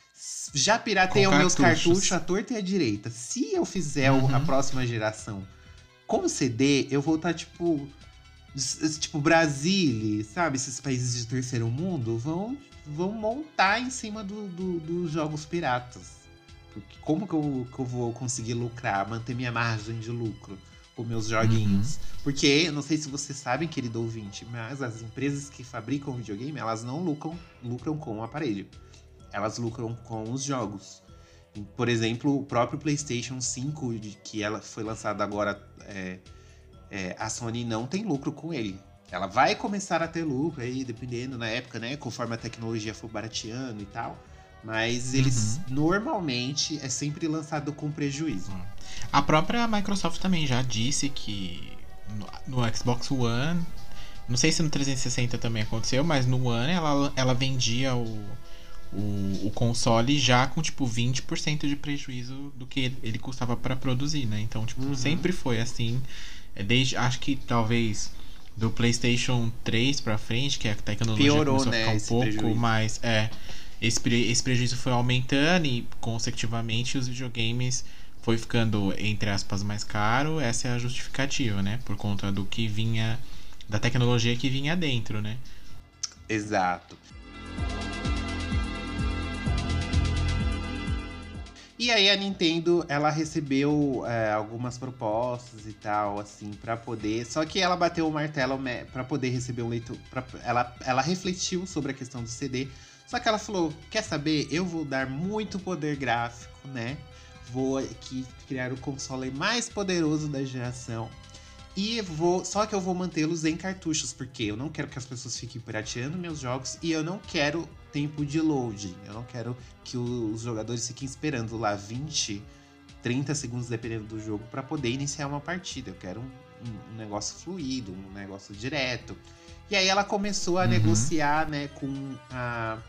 Já piratei os meus cartuchos à torta e à direita. Se eu fizer Uhum. a próxima geração com C D, eu vou estar, tipo... Tipo, Brasília, sabe? Esses países de terceiro mundo vão, vão montar em cima dos do, do jogos piratas. Porque como que eu, que eu vou conseguir lucrar, manter minha margem de lucro com meus joguinhos? Uhum. Porque, eu não sei se vocês sabem, querido ouvinte, mas as empresas que fabricam videogame, elas não lucram, lucram com o aparelho. Elas lucram com os jogos. Por exemplo, o próprio PlayStation cinco, que ela foi lançado agora... É, É, a Sony não tem lucro com ele. Ela vai começar a ter lucro aí, dependendo na época, né? Conforme a tecnologia for barateando e tal. Mas eles, uhum. normalmente, é sempre lançado com prejuízo. A própria Microsoft também já disse que no, no Xbox One... Não sei se no trezentos e sessenta também aconteceu, mas no One ela, ela vendia o, o, o console já com, tipo, vinte por cento de prejuízo do que ele, ele custava para produzir, né? Então, tipo, uhum. sempre foi assim... Desde, acho que talvez do PlayStation três pra frente, que a tecnologia piorou, começou né, a ficar um pouco prejuízo. mais... É, esse, esse prejuízo foi aumentando e, consecutivamente, os videogames foi ficando, entre aspas, mais caro. Essa é a justificativa, né? Por conta do que vinha... Da tecnologia que vinha dentro, né? Exato. E aí a Nintendo, ela recebeu é, algumas propostas e tal, assim, pra poder... Só que ela bateu o martelo pra poder receber um leitor... Pra, ela, ela refletiu sobre a questão do C D, só que ela falou, quer saber? Eu vou dar muito poder gráfico, né? Vou aqui criar o console mais poderoso da geração. E vou... Só que eu vou mantê-los em cartuchos, porque eu não quero que as pessoas fiquem pirateando meus jogos e eu não quero... tempo de loading. Eu não quero que os jogadores fiquem esperando lá vinte, trinta segundos, dependendo do jogo, para poder iniciar uma partida. Eu quero um, um negócio fluido, um negócio direto. E aí ela começou a uhum. negociar, né, com a,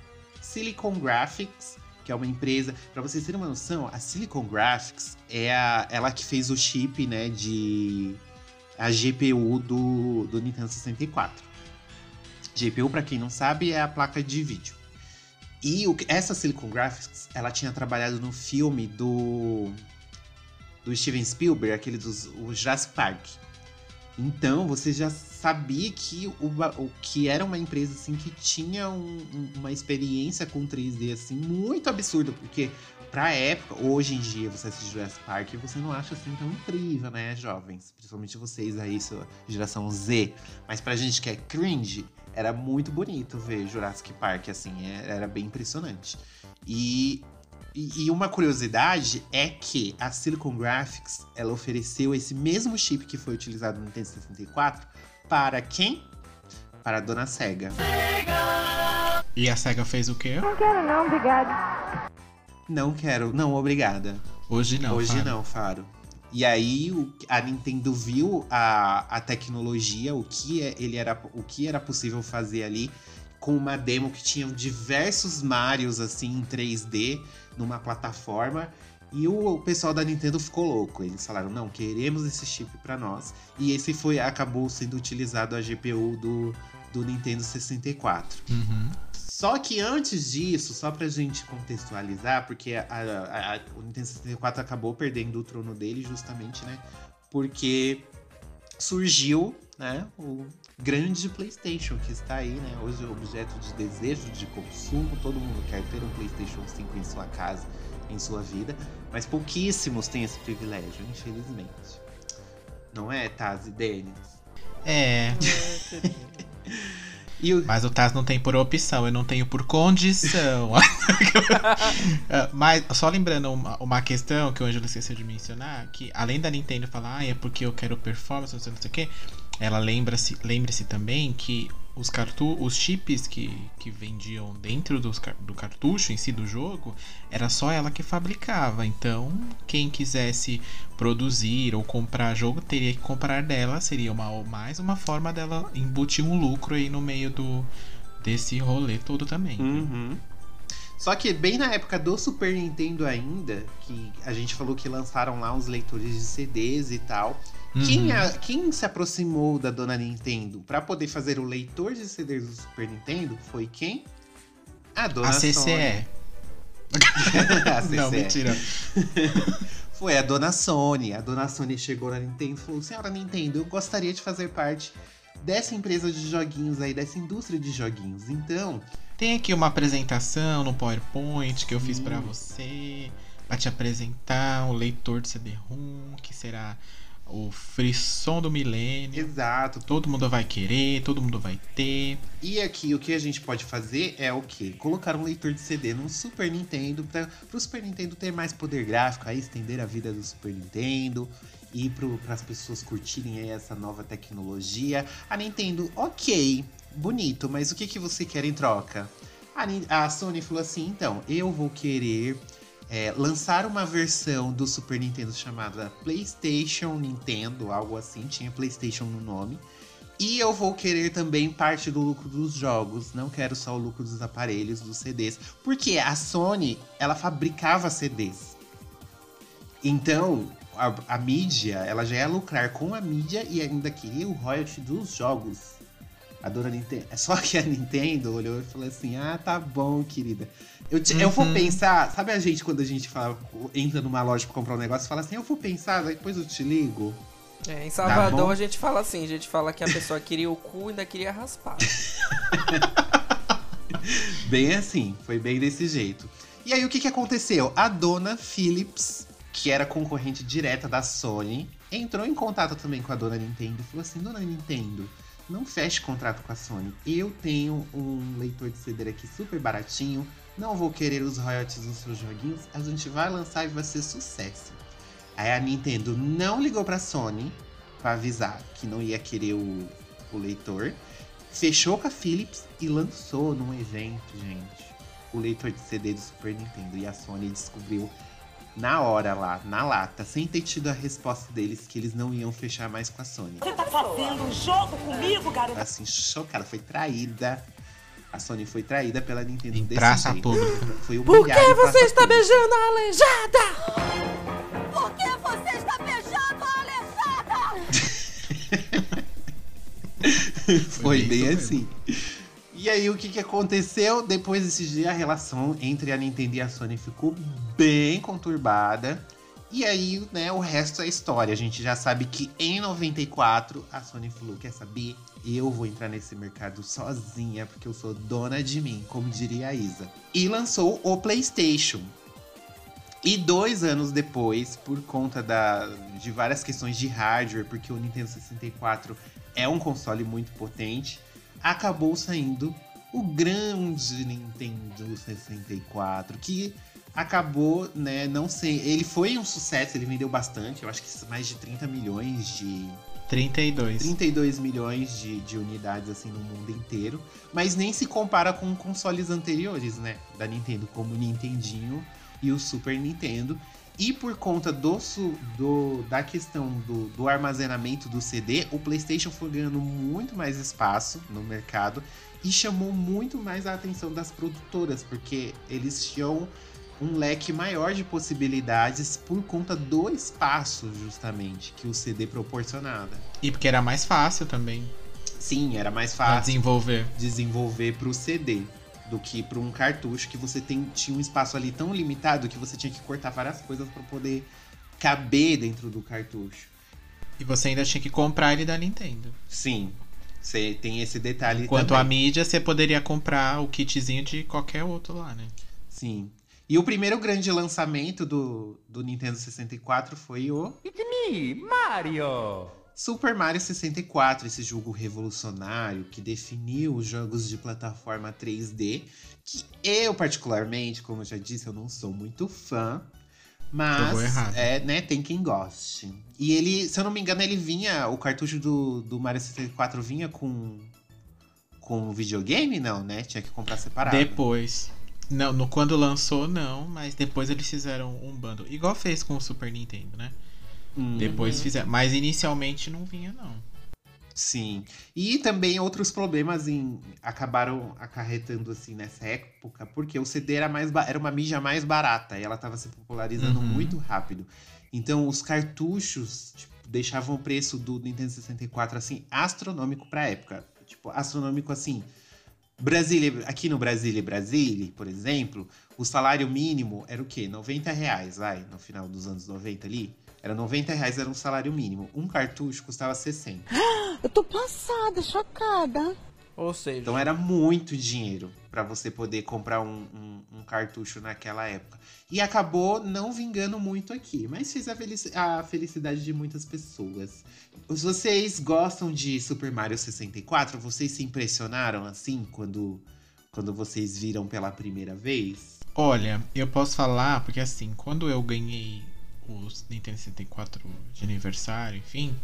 Silicon Graphics, que é uma empresa… Pra vocês terem uma noção, a Silicon Graphics é a, ela que fez o chip, né, de… A G P U do, do Nintendo sessenta e quatro. G P U, pra quem não sabe, é a placa de vídeo. E o, essa Silicon Graphics, ela tinha trabalhado no filme do… Do Steven Spielberg, aquele dos o Jurassic Park. Então, você já sabia que, o, o, que era uma empresa assim, que tinha um, um, uma experiência com três D assim, muito absurda. Porque, pra época, hoje em dia, você assiste Jurassic Park e você não acha assim tão incrível, né, jovens? Principalmente vocês aí, sua geração Z. Mas pra gente que é cringe, era muito bonito ver Jurassic Park, assim. Era bem impressionante. E… E uma curiosidade é que a Silicon Graphics, ela ofereceu esse mesmo chip que foi utilizado no Nintendo sessenta e quatro para quem? Para a dona Sega. Sega! E a Sega fez o quê? Não quero não, obrigada. Não quero, não, obrigada. Hoje não, Hoje Faro. não, Faro. E aí o, a Nintendo viu a, a tecnologia, o que, ele era, o que era possível fazer ali, com uma demo que tinha diversos Marios assim em três D numa plataforma, e o, o pessoal da Nintendo ficou louco. Eles falaram, não, queremos esse chip pra nós. E esse foi, acabou sendo utilizado a G P U do, do Nintendo sessenta e quatro. Uhum. Só que antes disso, só pra gente contextualizar, porque a, a, a, o Nintendo sessenta e quatro acabou perdendo o trono dele justamente, né? Porque surgiu, né, o grande PlayStation, que está aí, né, hoje objeto de desejo, de consumo. Todo mundo quer ter um PlayStation cinco em sua casa, em sua vida, mas pouquíssimos têm esse privilégio, infelizmente. Não é, Taz e Denis? É. E o... Mas o Taz não tem por opção, eu não tenho por condição. Mas só lembrando uma, uma questão que o Ângelo esqueceu de mencionar, que além da Nintendo falar, ah, é porque eu quero performance, não sei, não sei o quê, ela lembra-se, lembre-se também que os, cartu os chips que, que vendiam dentro dos, do cartucho em si do jogo, era só ela que fabricava. Então, quem quisesse produzir ou comprar jogo, teria que comprar dela. Seria uma, mais uma forma dela embutir um lucro aí no meio do, desse rolê todo também. Uhum. Só que bem na época do Super Nintendo ainda, que a gente falou que lançaram lá os leitores de C Ds e tal. Uhum. Quem, a, quem se aproximou da dona Nintendo para poder fazer o leitor de C Ds do Super Nintendo foi quem? A dona a C C E. Sony. A C C E. Não, mentira. Foi a dona Sony. A dona Sony chegou na Nintendo e falou: senhora Nintendo, eu gostaria de fazer parte dessa empresa de joguinhos aí, dessa indústria de joguinhos. Então… Tem aqui uma apresentação no PowerPoint que eu fiz para você, para te apresentar o leitor de C D-ROM, que será o frisson do milênio. Exato. Todo mundo vai querer, todo mundo vai ter. E aqui o que a gente pode fazer é o quê? Colocar um leitor de C D no Super Nintendo, para o Super Nintendo ter mais poder gráfico, aí estender a vida do Super Nintendo e para as pessoas curtirem aí essa nova tecnologia. A Nintendo, ok, bonito, mas o que, que você quer em troca? A, a Sony falou assim, então, eu vou querer é, lançar uma versão do Super Nintendo chamada PlayStation Nintendo, algo assim, tinha PlayStation no nome. E eu vou querer também parte do lucro dos jogos, não quero só o lucro dos aparelhos, dos C Ds. Porque a Sony, ela fabricava C Ds. Então, a, a mídia, ela já ia lucrar com a mídia e ainda queria o royalty dos jogos. A dona Nintendo. Só que a Nintendo olhou e falou assim: ah, tá bom, querida. Eu, te, uhum. eu vou pensar. Sabe a gente, quando a gente fala, entra numa loja pra comprar um negócio, fala assim: eu vou pensar, depois eu te ligo. É, em Salvador tá a gente fala assim: a gente fala que a pessoa queria o cu e ainda queria raspar. Bem assim, foi bem desse jeito. E aí o que, que aconteceu? A dona Philips, que era concorrente direta da Sony, entrou em contato também com a dona Nintendo e falou assim: dona Nintendo, não feche contrato com a Sony. Eu tenho um leitor de C D aqui super baratinho. Não vou querer os royalties dos seus joguinhos. A gente vai lançar e vai ser sucesso. Aí a Nintendo não ligou pra Sony pra avisar que não ia querer o, o leitor. Fechou com a Philips e lançou num evento, gente, o leitor de C D do Super Nintendo. E a Sony descobriu na hora lá, na lata, sem ter tido a resposta deles, que eles não iam fechar mais com a Sony. Você tá fazendo um jogo comigo, garota? Assim, chocada, foi traída. A Sony foi traída pela Nintendo Em desse praça jeito. pública. Foi Por humilhada que em você praça está pública. beijando a aleijada? Por que você está beijando a aleijada? Foi bem bem isso assim. E aí, o que, que aconteceu? Depois desse dia, a relação entre a Nintendo e a Sony ficou bem conturbada. E aí, né, o resto é história. A gente já sabe que em noventa e quatro, a Sony falou, quer saber? Eu vou entrar nesse mercado sozinha, porque eu sou dona de mim, como diria a Isa. E lançou o PlayStation. E dois anos depois, por conta da, de várias questões de hardware, porque o Nintendo sessenta e quatro é um console muito potente, acabou saindo o grande Nintendo sessenta e quatro, que acabou, né, não sei, ele foi um sucesso, ele vendeu bastante, eu acho que mais de trinta milhões de... trinta e dois. trinta e dois milhões de, de unidades, assim, no mundo inteiro, mas nem se compara com consoles anteriores, né, da Nintendo, como o Nintendinho e o Super Nintendo. E por conta do, do, da questão do, do armazenamento do C D, o PlayStation foi ganhando muito mais espaço no mercado e chamou muito mais a atenção das produtoras, porque eles tinham um leque maior de possibilidades por conta do espaço, justamente, que o C D proporcionava. E porque era mais fácil também. Sim, era mais Pra fácil desenvolver. desenvolver pro C D do que para um cartucho, que você tem, tinha um espaço ali tão limitado que você tinha que cortar várias coisas para poder caber dentro do cartucho. E você ainda tinha que comprar ele da Nintendo. Sim, você tem esse detalhe Enquanto também. a mídia, você poderia comprar o kitzinho de qualquer outro lá, né? Sim. E o primeiro grande lançamento do, do Nintendo sessenta e quatro foi o... It's me, Mario! Super Mario sessenta e quatro, esse jogo revolucionário que definiu os jogos de plataforma três D, que eu particularmente, como eu já disse, eu não sou muito fã, mas é, né, tem quem goste. E ele, se eu não me engano, ele vinha, o cartucho do, do Mario sessenta e quatro vinha com com videogame, não, né? Tinha que comprar separado. Depois. Não, no, quando lançou, não, mas depois eles fizeram um bundle. Igual fez com o Super Nintendo, né? Uhum. Depois fizeram. Mas inicialmente não vinha, não. Sim. E também outros problemas em, acabaram acarretando assim nessa época, porque o C D era, mais, era uma mídia mais barata e ela estava se popularizando Uhum. muito rápido. Então os cartuchos tipo, deixavam o preço do Nintendo sessenta e quatro assim astronômico pra época. Tipo, astronômico assim. Brasília, aqui no Brasília Brasília, por exemplo, o salário mínimo era o quê? noventa reais, vai, no final dos anos noventa ali. Era noventa reais, era um salário mínimo. Um cartucho custava sessenta. Eu tô passada, chocada. Ou seja... Então era muito dinheiro para você poder comprar um, um, um cartucho naquela época. E acabou não vingando muito aqui, mas fez a, felici a felicidade de muitas pessoas. Vocês gostam de Super Mario sessenta e quatro? Vocês se impressionaram assim quando, quando vocês viram pela primeira vez? Olha, eu posso falar, porque assim, quando eu ganhei os Nintendo sessenta e quatro de aniversário, enfim,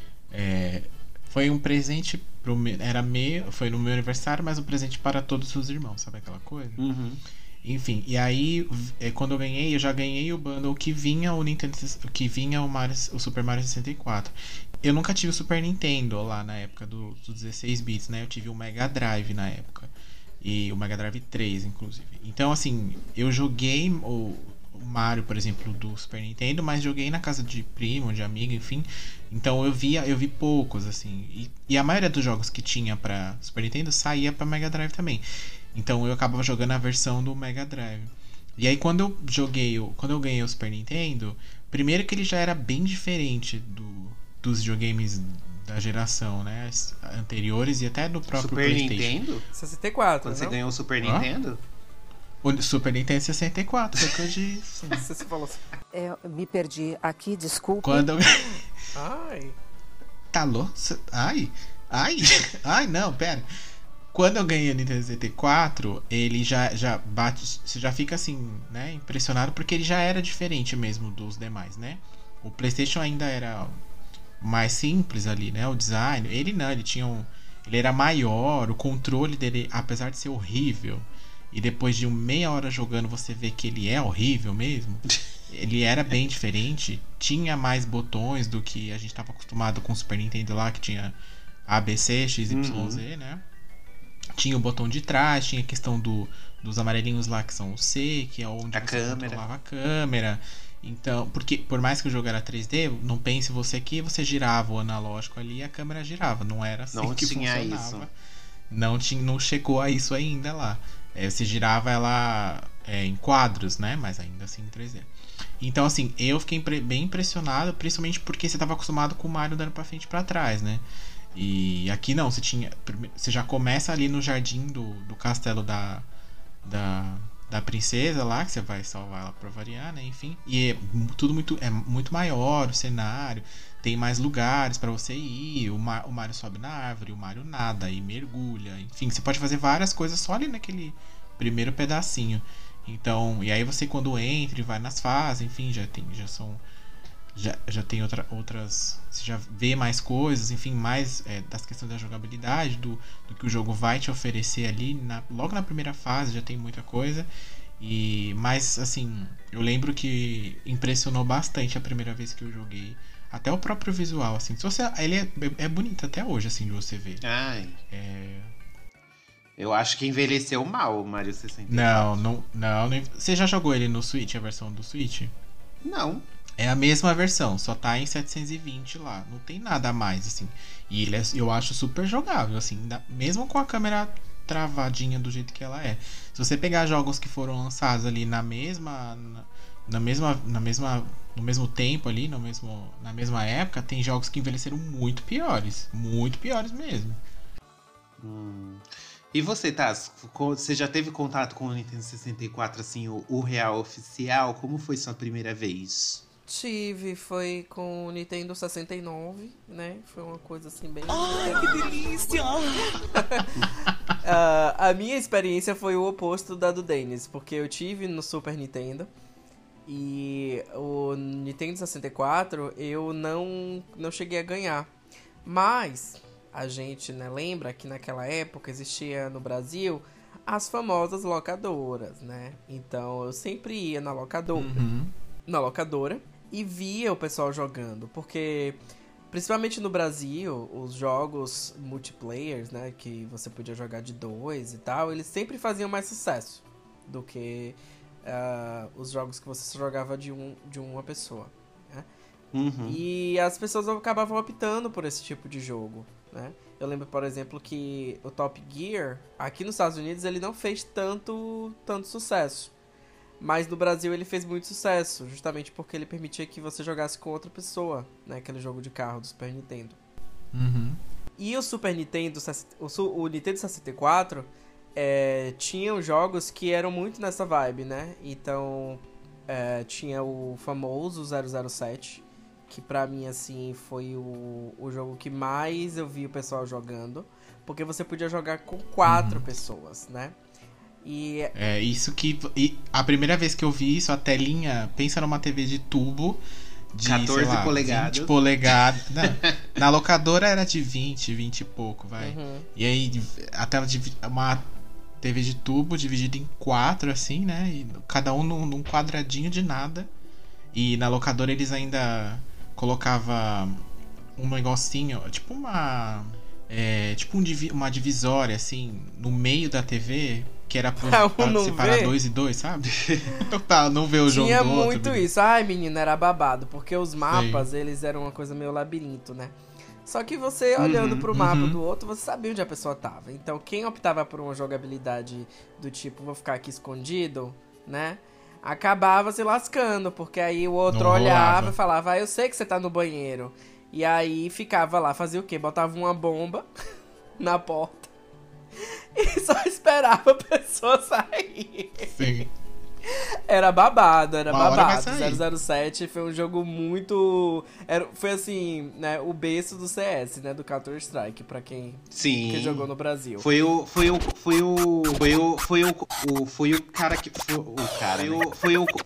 é, foi um presente pro meu, era meu, foi no meu aniversário, mas um presente para todos os irmãos, sabe aquela coisa? Uhum. Enfim, e aí é, quando eu ganhei, eu já ganhei o bundle que vinha o Nintendo, que vinha o, Mario, o Super Mario sessenta e quatro. Eu nunca tive o Super Nintendo lá na época dos do dezesseis bits, né? Eu tive o Mega Drive na época. E o Mega Drive três, inclusive. Então, assim, eu joguei o Mario, por exemplo, do Super Nintendo, mas joguei na casa de primo, de amigo, enfim. Então eu via, eu vi poucos, assim. E, e a maioria dos jogos que tinha pra Super Nintendo saía pra Mega Drive também. Então eu acabava jogando a versão do Mega Drive. E aí quando eu joguei, quando eu ganhei o Super Nintendo, primeiro que ele já era bem diferente do, dos videogames da geração, né? Anteriores e até do próprio Super PlayStation. Nintendo? sessenta e quatro, Quando não? você ganhou o Super Hã? Nintendo? O Super Nintendo sessenta e quatro, foi o que eu disse. Você falou assim. É, eu me perdi aqui, desculpa. Quando eu... Ai. Tá louco? Ai, ai, ai, não, pera. Quando eu ganhei o Nintendo sessenta e quatro, ele já, já bate, você já fica assim, né, impressionado, porque ele já era diferente mesmo dos demais, né? O PlayStation ainda era mais simples ali, né, o design. Ele não, ele tinha um, ele era maior, o controle dele, apesar de ser horrível, e depois de meia hora jogando você vê que ele é horrível mesmo. Ele era bem diferente, tinha mais botões do que a gente estava acostumado com o Super Nintendo lá, que tinha A, B, C, X, Y, Z, uhum. né? tinha o botão de trás, tinha a questão do, dos amarelinhos lá, que são o C, que é onde a você câmera. controlava a câmera. Então, porque por mais que o jogo era três D, não pense você que você girava o analógico ali e a câmera girava. Não era assim não que tinha funcionava. Isso. Não, tinha, não chegou a isso ainda lá. É, você girava ela é, em quadros, né? Mas ainda assim em três D. Então, assim, eu fiquei bem impressionado, principalmente porque você estava acostumado com o Mario dando pra frente e pra trás, né? E aqui não, você tinha. Você já começa ali no jardim do, do castelo da, da, da princesa lá, que você vai salvar ela pra variar, né? Enfim. E é tudo muito, é muito maior o cenário, tem mais lugares pra você ir. O, Mar, o Mario sobe na árvore, o Mario nada e mergulha. Enfim, você pode fazer várias coisas só ali naquele primeiro pedacinho. Então, e aí você quando entra e vai nas fases, enfim, já tem, já são. Já, já tem outra, outras. Você já vê mais coisas, enfim, mais é, das questões da jogabilidade, do, do que o jogo vai te oferecer ali. Na, logo na primeira fase já tem muita coisa. E, mas, assim, eu lembro que impressionou bastante a primeira vez que eu joguei. Até o próprio visual, assim. Se você, ele é, é bonito até hoje, assim, de você ver. Ai. É. Eu acho que envelheceu mal o Mario sessenta e quatro. Não, não, não, não. Você já jogou ele no Switch, a versão do Switch? Não. É a mesma versão, só tá em setecentos e vinte lá. Não tem nada a mais, assim. E ele é, eu acho super jogável, assim. Da, mesmo com a câmera travadinha do jeito que ela é. Se você pegar jogos que foram lançados ali na mesma... Na, na mesma... Na mesma no mesmo tempo ali, no mesmo, na mesma época, tem jogos que envelheceram muito piores. Muito piores mesmo. Hum... E você, Taz, você já teve contato com o Nintendo sessenta e quatro, assim, o, o real oficial? Como foi sua primeira vez? Tive, foi com o Nintendo sessenta e nove, né? Foi uma coisa assim bem... Ai, que delícia! uh, a minha experiência foi o oposto da do Dennis, porque eu tive no Super Nintendo e o Nintendo sessenta e quatro eu não, não cheguei a ganhar. Mas... a gente, né, lembra que naquela época existia no Brasil as famosas locadoras, né? Então eu sempre ia na locadora, uhum. na locadora e via o pessoal jogando, porque principalmente no Brasil, os jogos multiplayers, né, que você podia jogar de dois e tal, eles sempre faziam mais sucesso do que uh, os jogos que você jogava de, um, de uma pessoa, né? Uhum. E as pessoas acabavam optando por esse tipo de jogo, né? Eu lembro, por exemplo, que o Top Gear, aqui nos Estados Unidos, ele não fez tanto, tanto sucesso. Mas no Brasil ele fez muito sucesso, justamente porque ele permitia que você jogasse com outra pessoa, né? Aquele jogo de carro do Super Nintendo. Uhum. E o Super Nintendo, o, o Nintendo sessenta e quatro, é, tinham jogos que eram muito nessa vibe, né? Então, é, tinha o famoso zero zero sete, que pra mim, assim, foi o, o jogo que mais eu vi o pessoal jogando, porque você podia jogar com quatro uhum. pessoas, né? E... é isso que... E a primeira vez que eu vi isso, a telinha, pensa numa T V de tubo de, quatorze sei lá, polegadas. vinte polegadas. Não, na locadora era de vinte, vinte e pouco, vai. Uhum. E aí, a tela de uma T V de tubo dividida em quatro, assim, né? E cada um num, num quadradinho de nada. E na locadora eles ainda colocava um negocinho, tipo uma... É, tipo um, uma divisória, assim, no meio da T V, que era pra, pra separar vê. dois e dois, sabe? Total, não ver o jogo Tinha do outro. muito menino. Isso. Ai, menino, era babado, porque os mapas, Sim. eles eram uma coisa meio labirinto, né? Só que você, olhando uhum, pro mapa uhum. do outro, você sabia onde a pessoa tava. Então, quem optava por uma jogabilidade do tipo, vou ficar aqui escondido, né? Acabava se lascando, porque aí o outro não olhava rolava. E falava, ah, eu sei que você tá no banheiro. E aí ficava lá, fazia o quê? Botava uma bomba na porta e só esperava a pessoa sair. Sim. Era babado, era uma babado. zero zero sete foi um jogo muito... Era, foi assim, né, o berço do C S, né, do Counter-Strike, pra quem, Sim. quem jogou no Brasil. Foi o... Foi o... Foi o... Foi o... Foi o... o foi o cara que... Foi o cara, Foi o... Foi o...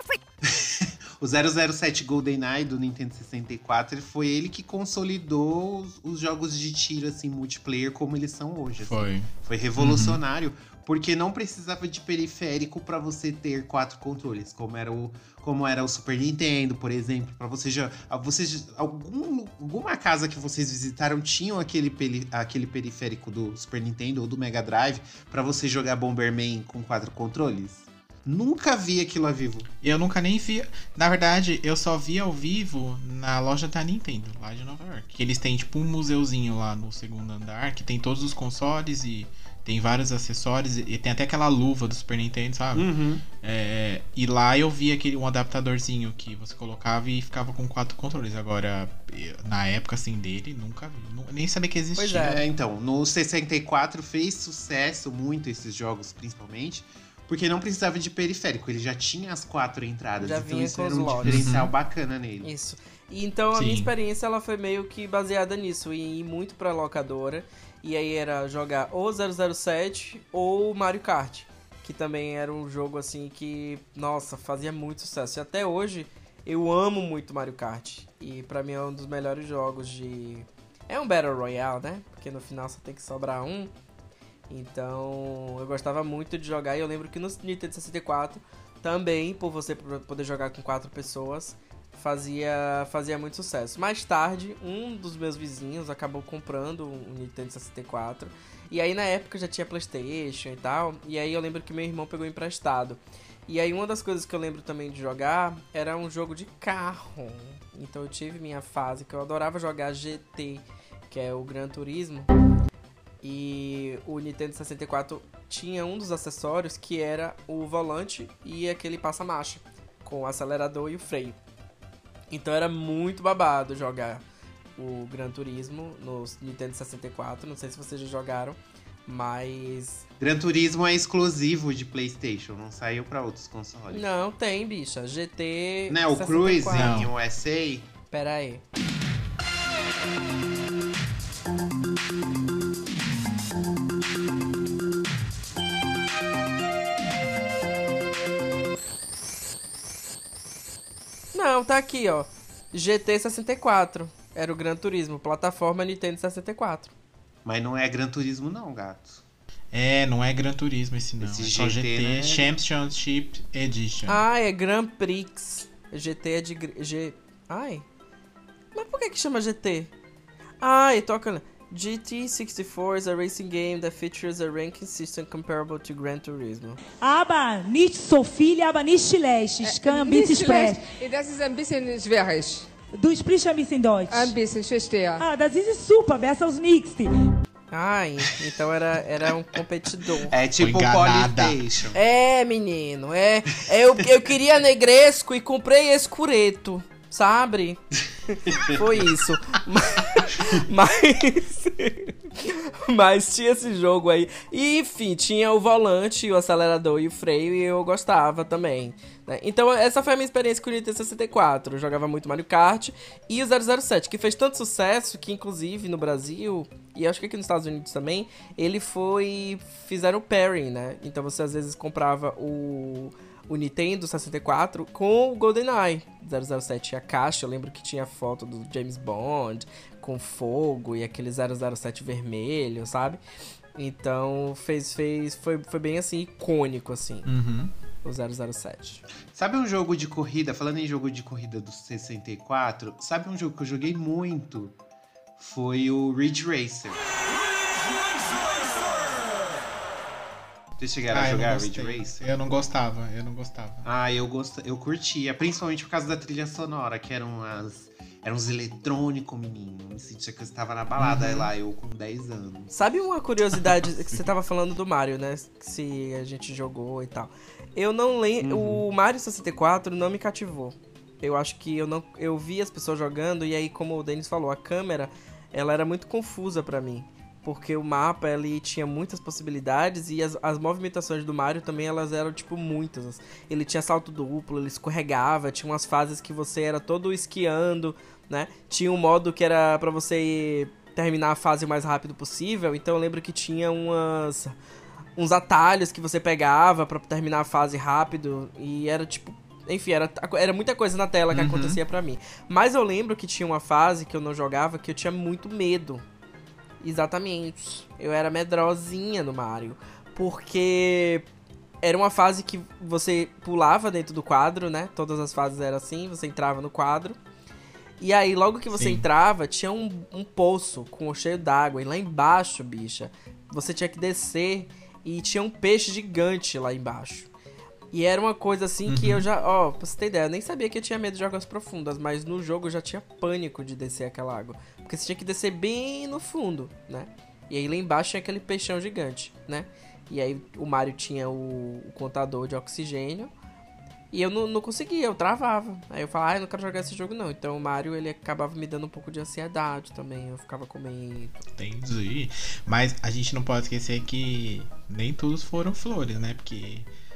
O zero zero sete GoldenEye do Nintendo sessenta e quatro, foi ele que consolidou os, os jogos de tiro, assim, multiplayer como eles são hoje. Assim. Foi. Foi revolucionário, uhum. porque não precisava de periférico pra você ter quatro controles, como era o, como era o Super Nintendo, por exemplo. Pra você já, vocês, algum, alguma casa que vocês visitaram tinham aquele, peri, aquele periférico do Super Nintendo ou do Mega Drive pra você jogar Bomberman com quatro controles? Nunca vi aquilo ao vivo. Eu nunca nem vi. Na verdade, eu só vi ao vivo na loja da Nintendo, lá de Nova York. Que eles têm tipo um museuzinho lá no segundo andar, que tem todos os consoles e tem vários acessórios. E tem até aquela luva do Super Nintendo, sabe? Uhum. É, e lá eu vi aquele, um adaptadorzinho que você colocava e ficava com quatro controles. Agora, na época assim dele, nunca vi. Nem sabia que existia. Pois é, então, no sessenta e quatro fez sucesso muito esses jogos, principalmente. Porque não precisava de periférico, ele já tinha as quatro entradas. Já então vinha isso com era os um lotes. diferencial Uhum. bacana nele. Isso. E então a Sim. minha experiência ela foi meio que baseada nisso, em ir muito pra locadora. E aí era jogar ou zero zero sete ou Mario Kart. Que também era um jogo assim que, nossa, fazia muito sucesso. E até hoje eu amo muito Mario Kart. E pra mim é um dos melhores jogos de... É um Battle Royale, né? Porque no final só tem que sobrar um. Então, eu gostava muito de jogar. E eu lembro que no Nintendo sessenta e quatro, também, por você poder jogar com quatro pessoas, fazia, fazia muito sucesso. Mais tarde, um dos meus vizinhos acabou comprando um Nintendo sessenta e quatro. E aí, na época, já tinha PlayStation e tal. E aí, eu lembro que meu irmão pegou emprestado. E aí, uma das coisas que eu lembro também de jogar era um jogo de carro. Então, eu tive minha fase que eu adorava jogar G T, que é o Gran Turismo. E o Nintendo sessenta e quatro tinha um dos acessórios que era o volante e aquele passa-marcha, com o acelerador e o freio. Então era muito babado jogar o Gran Turismo no Nintendo sessenta e quatro. Não sei se vocês já jogaram, mas... Gran Turismo é exclusivo de PlayStation, não saiu pra outros consoles. Não, tem, bicha. G T Não, o sessenta e Cruise quatro. em U S A. Pera aí. Não, tá aqui, ó. G T sessenta e quatro. Era o Gran Turismo, plataforma Nintendo sessenta e quatro. Mas não é Gran Turismo não, gato. É, não é Gran Turismo esse não. Esse é só G T, G T né? Championship Edition. Ah, é Grand Prix. G T é de... gr- G... Ai. Mas por que que chama G T? Ai, toca... G T sessenta e quatro is a racing game that features a ranking system comparable to Gran Turismo. Aber nicht so viele, aber nicht schlecht. Ich kann ein bisschen sprechen. Das ist ein bisschen schwierig. Du sprichst ein bisschen Deutsch. Ein bisschen, ich verstehe. Ah, das ist super, besser als nichts. Ai, então era, era um competidor. É tipo Foi enganada. Polystation. É, menino, é. é eu, eu queria negresco e comprei escureto, sabe? Foi isso. Mas, mas tinha esse jogo aí. E, enfim, tinha o volante, o acelerador e o freio, e eu gostava também, né? Então essa foi a minha experiência com o Nintendo sessenta e quatro. Eu jogava muito Mario Kart e o zero zero sete, que fez tanto sucesso que, inclusive, no Brasil, e acho que aqui nos Estados Unidos também, ele foi... Fizeram o pairing, né? Então você às vezes comprava o... o Nintendo sessenta e quatro com o GoldenEye zero zero sete. A caixa, eu lembro que tinha foto do James Bond com fogo e aquele zero zero sete vermelho, sabe? Então fez, fez, foi, foi bem assim, icônico assim, Uhum. o zero zero sete. Sabe um jogo de corrida, falando em jogo de corrida do sessenta e quatro, sabe um jogo que eu joguei muito? Foi o Ridge Racer. Vocês chegaram Ah, a eu não jogar gostei. Ridge Racer? Eu não gostava, eu não gostava. Ah, eu, gost... eu curtia, principalmente por causa da trilha sonora, que eram as... Eram uns eletrônicos, menino. Me sentia que eu estava na balada Uhum. lá, eu com dez anos. Sabe uma curiosidade que você tava falando do Mario, né? Se a gente jogou e tal. Eu não lembro. Uhum. O Mario sessenta e quatro não me cativou. Eu acho que eu não. Eu vi as pessoas jogando e aí, como o Denis falou, a câmera ela era muito confusa pra mim. Porque o mapa ele tinha muitas possibilidades e as, as movimentações do Mario também elas eram tipo muitas. Ele tinha salto duplo, ele escorregava, tinha umas fases que você era todo esquiando, né? Tinha um modo que era pra você terminar a fase o mais rápido possível. Então eu lembro que tinha umas uns atalhos que você pegava pra terminar a fase rápido e era tipo, enfim, era, era muita coisa na tela que Uhum. acontecia pra mim. Mas eu lembro que tinha uma fase que eu não jogava que eu tinha muito medo. Exatamente. Eu era medrosinha no Mario. porque era uma fase que você pulava dentro do quadro, né? Todas as fases eram assim, você entrava no quadro. E aí, logo que você Sim. entrava, tinha um, um poço com cheio d'água. E lá embaixo, bicha, você tinha que descer e tinha um peixe gigante lá embaixo. E era uma coisa assim uhum. que eu já... Ó, pra você ter ideia, eu nem sabia que eu tinha medo de águas profundas, mas no jogo eu já tinha pânico de descer aquela água. Porque você tinha que descer bem no fundo, né? E aí lá embaixo tinha aquele peixão gigante, né? E aí o Mario tinha o, o contador de oxigênio. E eu não, não conseguia, eu travava. Aí eu falava, ah, eu não quero jogar esse jogo não. Então o Mario, ele acabava me dando um pouco de ansiedade também. Eu ficava com medo. Entendi. Mas a gente não pode esquecer que nem todos foram flores, né? Porque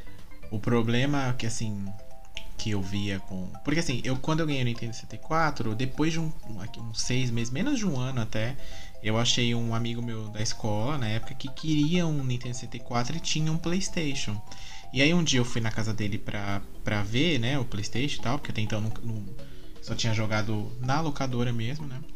o problema que, assim, que eu via com... Porque assim, eu quando eu ganhei o Nintendo sessenta e quatro, depois de um, um, uns seis meses, menos de um ano até, eu achei um amigo meu da escola, na época, que queria um Nintendo sessenta e quatro e tinha um PlayStation. E aí um dia eu fui na casa dele pra, pra ver, né, o PlayStation e tal, porque até então não, não, só tinha jogado na locadora mesmo, né.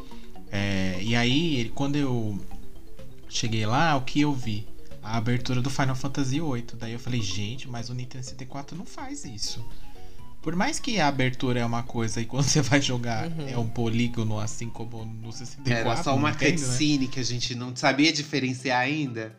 É, e aí, ele, quando eu cheguei lá, o que eu vi? A abertura do Final Fantasy oito. Daí eu falei, gente, mas o Nintendo sessenta e quatro não faz isso. Por mais que a abertura é uma coisa e quando você vai jogar uhum. é um polígono, assim como no sessenta e quatro. Era só uma Nintendo, cutscene, né? Que a gente não sabia diferenciar ainda.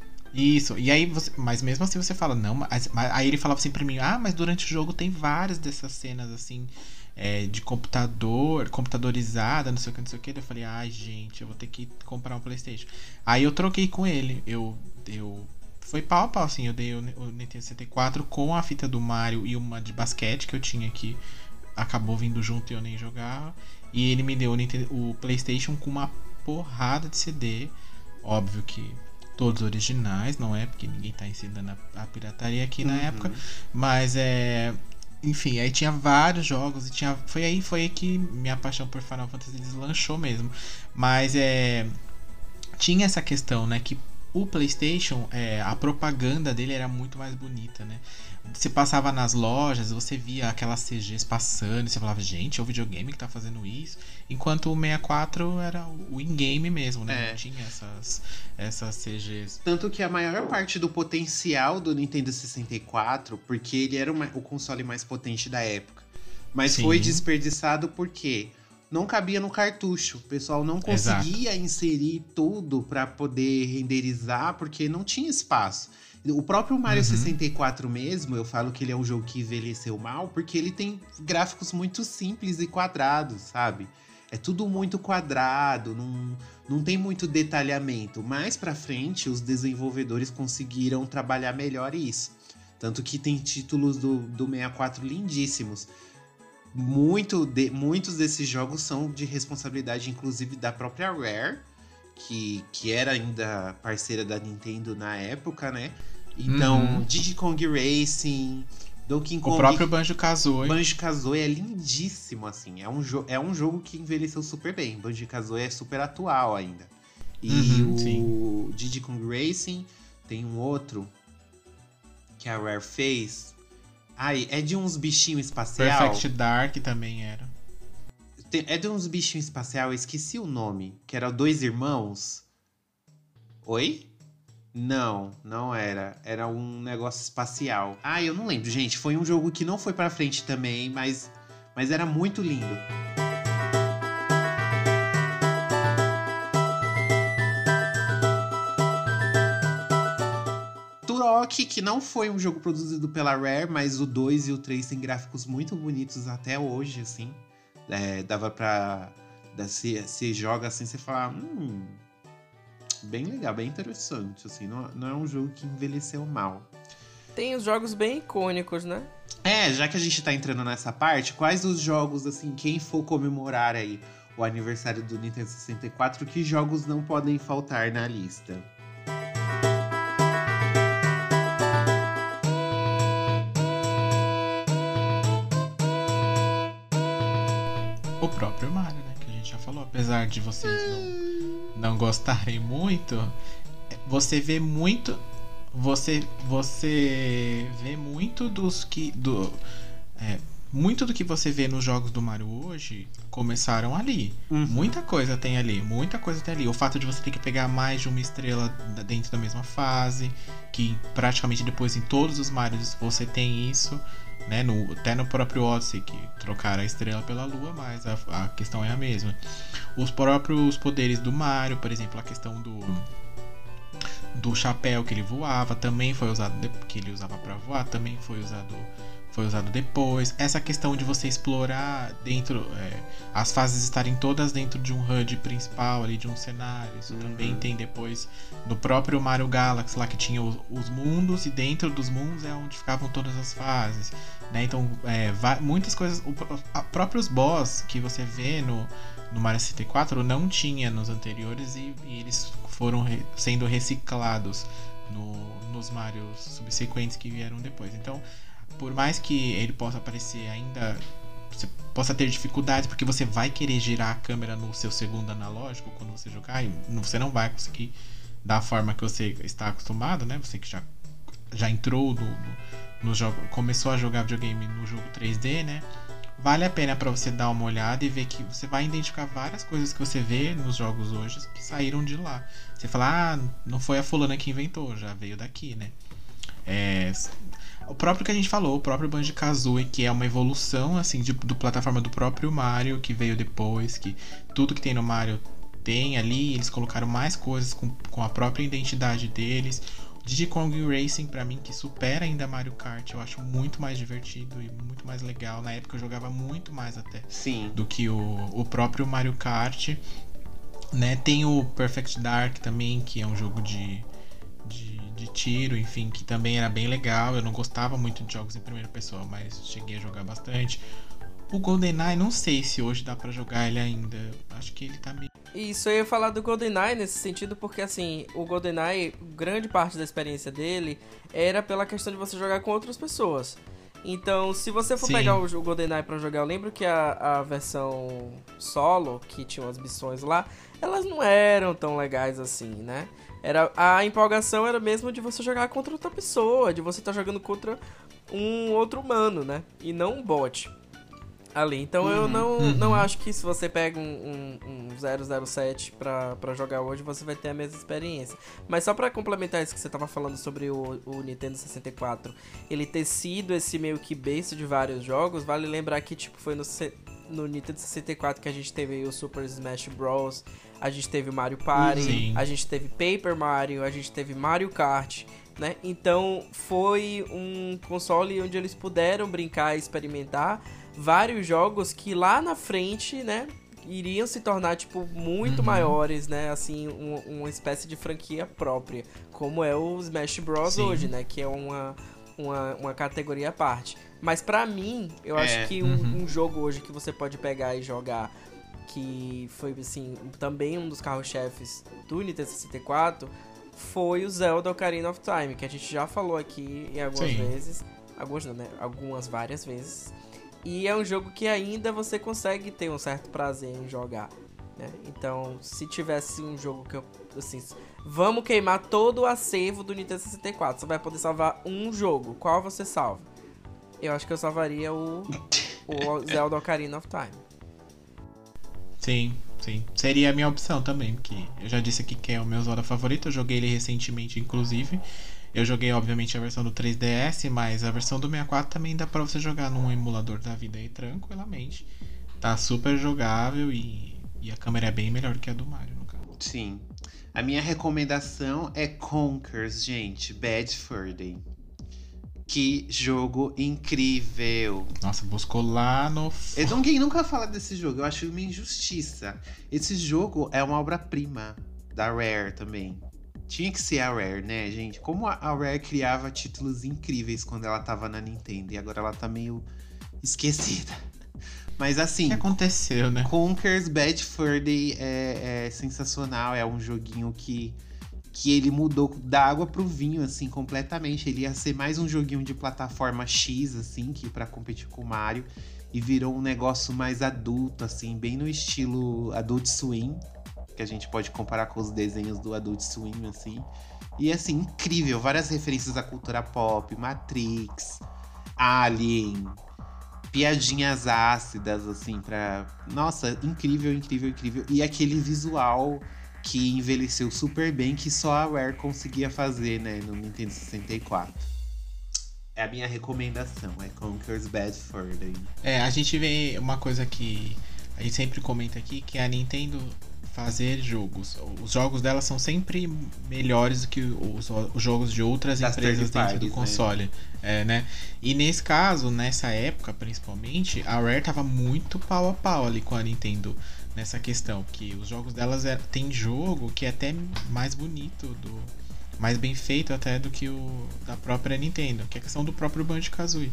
Isso, e aí você, mas mesmo assim você fala, não, mas, aí ele falava assim pra mim, ah, mas durante o jogo tem várias dessas cenas assim, é, de computador, computadorizada, não sei o que, não sei o que. Eu falei, ai gente, eu vou ter que comprar um PlayStation. Aí eu troquei com ele, eu, eu foi pau a pau, assim, eu dei o, o Nintendo sessenta e quatro com a fita do Mario e uma de basquete que eu tinha aqui, acabou vindo junto e eu nem jogava. E ele me deu o, Nintendo, o PlayStation com uma porrada de C D, óbvio que todos originais, não é? Porque ninguém tá ensinando a, a pirataria aqui na uhum. época. Mas é... Enfim, aí tinha vários jogos e tinha... Foi aí, foi aí que minha paixão por Final Fantasy deslanchou mesmo. Mas é... Tinha essa questão, né? Que o PlayStation, é, a propaganda dele era muito mais bonita, né? Você passava nas lojas, você via aquelas C Gs passando, e você falava, gente, é o videogame que tá fazendo isso. Enquanto o sessenta e quatro era o in-game mesmo, né? É. Não tinha essas, essas C Gs. Tanto que a maior parte do potencial do Nintendo sessenta e quatro, porque ele era uma, o console mais potente da época, mas Sim. foi desperdiçado porque não cabia no cartucho. O pessoal não conseguia Exato. inserir tudo para poder renderizar, porque não tinha espaço. O próprio Mario uhum. sessenta e quatro mesmo, eu falo que ele é um jogo que envelheceu mal, porque ele tem gráficos muito simples e quadrados, sabe? É tudo muito quadrado, não, não tem muito detalhamento. Mais pra frente, os desenvolvedores conseguiram trabalhar melhor isso. Tanto que tem títulos do, do sessenta e quatro lindíssimos. Muito de, muitos desses jogos são de responsabilidade, inclusive, da própria Rare, que, que era ainda parceira da Nintendo na época, né? Então, uhum. Diddy Kong Racing, Donkey Kong... O próprio Banjo-Kazooie. Banjo-Kazooie é lindíssimo, assim. É um, jo- é um jogo que envelheceu super bem. Banjo-Kazooie é super atual ainda. E uhum, o sim. Diddy Kong Racing tem um outro que a Rare fez. Ai, é de uns bichinhos espacial. Perfect Dark também era. Tem, é de uns bichinhos espacial, eu esqueci o nome. Que era Dois Irmãos. Oi? Não, não era. Era um negócio espacial. Ah, eu não lembro, gente. Foi um jogo que não foi pra frente também, mas, mas era muito lindo. Turok, que não foi um jogo produzido pela Rare, mas o dois e o três têm gráficos muito bonitos até hoje, assim. É, dava pra... Você joga assim, você fala... Hum... Bem legal, bem interessante, assim, não, não é um jogo que envelheceu mal. Tem os jogos bem icônicos, né? É, já que a gente tá entrando nessa parte, quais os jogos, assim, quem for comemorar aí o aniversário do Nintendo sessenta e quatro, que jogos não podem faltar na lista? O próprio Mario, né, que a gente já falou, apesar de vocês não... não gostarem muito, você vê muito você você vê muito dos que do é, muito do que você vê nos jogos do Mario hoje começaram ali. Uhum. Muita coisa tem ali, muita coisa tem ali. O fato de você ter que pegar mais de uma estrela dentro da mesma fase, que praticamente depois em todos os Marios você tem isso, né? No, até no próprio Odyssey, que trocaram a estrela pela lua, mas a, a questão é a mesma. Os próprios poderes do Mario, por exemplo, a questão do do chapéu que ele voava, também foi usado, que ele usava pra voar, também foi usado foi usado depois. Essa questão de você explorar dentro, é, as fases estarem todas dentro de um H U D principal ali, de um cenário, isso uhum. também tem depois no próprio Mario Galaxy lá, que tinha os, os mundos, e dentro dos mundos é onde ficavam todas as fases, né? Então é, muitas coisas, o, a, próprios boss que você vê no, no Mario sessenta e quatro não tinha nos anteriores, e, e eles foram re, sendo reciclados no, nos Marios subsequentes que vieram depois. Então, por mais que ele possa aparecer ainda, você possa ter dificuldades, porque você vai querer girar a câmera no seu segundo analógico quando você jogar, e você não vai conseguir da forma que você está acostumado, né? Você que já, já entrou no, no, no jogo, começou a jogar videogame no jogo três D, né? Vale a pena para você dar uma olhada e ver que você vai identificar várias coisas que você vê nos jogos hoje que saíram de lá. Você fala, ah, não foi a fulana que inventou, já veio daqui, né? É... O próprio que a gente falou, o próprio Banjo-Kazooie, que é uma evolução assim de, do plataforma do próprio Mario, que veio depois, que tudo que tem no Mario tem ali, eles colocaram mais coisas com, com a própria identidade deles. Diddy Kong Racing, pra mim, que supera ainda Mario Kart, eu acho muito mais divertido e muito mais legal. Na época eu jogava muito mais até Sim. do que o, o próprio Mario Kart, né? Tem o Perfect Dark também, que é um jogo de... de de tiro, enfim, que também era bem legal. Eu não gostava muito de jogos em primeira pessoa, mas cheguei a jogar bastante. O GoldenEye, não sei se hoje dá pra jogar ele ainda. Acho que ele tá meio... Isso, eu ia falar do GoldenEye nesse sentido, porque assim, o GoldenEye, grande parte da experiência dele era pela questão de você jogar com outras pessoas. Então, se você for Sim. pegar o, o GoldenEye pra jogar, eu lembro que a, a versão solo, que tinha umas missões lá, elas não eram tão legais assim, né? Era, a empolgação era mesmo de você jogar contra outra pessoa, de você estar tá jogando contra um outro humano, né? E não um bot ali. Então uhum, eu não, uhum. não acho que se você pega um, um, um zero zero sete pra, pra jogar hoje, você vai ter a mesma experiência. Mas só pra complementar isso que você tava falando sobre o, o Nintendo sessenta e quatro, ele ter sido esse meio que base de vários jogos, vale lembrar que tipo foi no, no Nintendo sessenta e quatro que a gente teve aí o Super Smash Bros, a gente teve o Mario Party, Sim. a gente teve Paper Mario, a gente teve Mario Kart, né? Então foi um console onde eles puderam brincar e experimentar vários jogos que lá na frente, né, iriam se tornar, tipo, muito uhum. maiores, né, assim, um, uma espécie de franquia própria, como é o Smash Bros. Sim. hoje, né, que é uma, uma, uma categoria à parte. Mas pra mim, eu é. acho que um, uhum. um jogo hoje que você pode pegar e jogar, que foi, assim, também um dos carros-chefes do Nintendo sessenta e quatro, foi o Zelda Ocarina of Time, que a gente já falou aqui em algumas Sim. vezes, algumas não, né, algumas várias vezes. E é um jogo que ainda você consegue ter um certo prazer em jogar, né? Então, se tivesse um jogo que eu, assim, vamos queimar todo o acervo do Nintendo sessenta e quatro, você vai poder salvar um jogo, qual você salva? Eu acho que eu salvaria o, o Zelda Ocarina of Time. Sim, sim. Seria a minha opção também, porque eu já disse aqui que é o meu Zelda favorito, eu joguei ele recentemente, inclusive. Eu joguei, obviamente, a versão do três D S, mas a versão do sessenta e quatro também dá pra você jogar num emulador da vida aí tranquilamente. Tá super jogável e, e a câmera é bem melhor que a do Mario, no caso. Sim. A minha recomendação é Conkers, gente. Bad Fur Day. Que jogo incrível. Nossa, buscou lá no... Eu, ninguém nunca fala desse jogo, eu acho uma injustiça. Esse jogo é uma obra-prima da Rare também. Tinha que ser a Rare, né, gente? Como a Rare criava títulos incríveis quando ela tava na Nintendo e agora ela tá meio esquecida. Mas assim... O que aconteceu, né? Conkers Bad Fur Day é, é sensacional. É um joguinho que, que ele mudou da água pro vinho, assim, completamente. Ele ia ser mais um joguinho de plataforma X, assim, que pra competir com o Mario. E virou um negócio mais adulto, assim, bem no estilo Adult Swim, que a gente pode comparar com os desenhos do Adult Swim, assim. E, assim, incrível. Várias referências à cultura pop, Matrix, Alien, piadinhas ácidas, assim, pra... Nossa, incrível, incrível, incrível. E aquele visual que envelheceu super bem, que só a Rare conseguia fazer, né, no Nintendo sessenta e quatro. É a minha recomendação, é Conker's Bad Fur Day. É, a gente vê uma coisa que a gente sempre comenta aqui, que a Nintendo fazer jogos. Os jogos dela são sempre melhores do que os, os jogos de outras das empresas dentro do console. Né? É, né? E nesse caso, nessa época principalmente, a Rare tava muito pau a pau ali com a Nintendo nessa questão, que os jogos delas é, tem jogo que é até mais bonito, do, mais bem feito até do que o da própria Nintendo, que é a questão do próprio Banjo-Kazooie.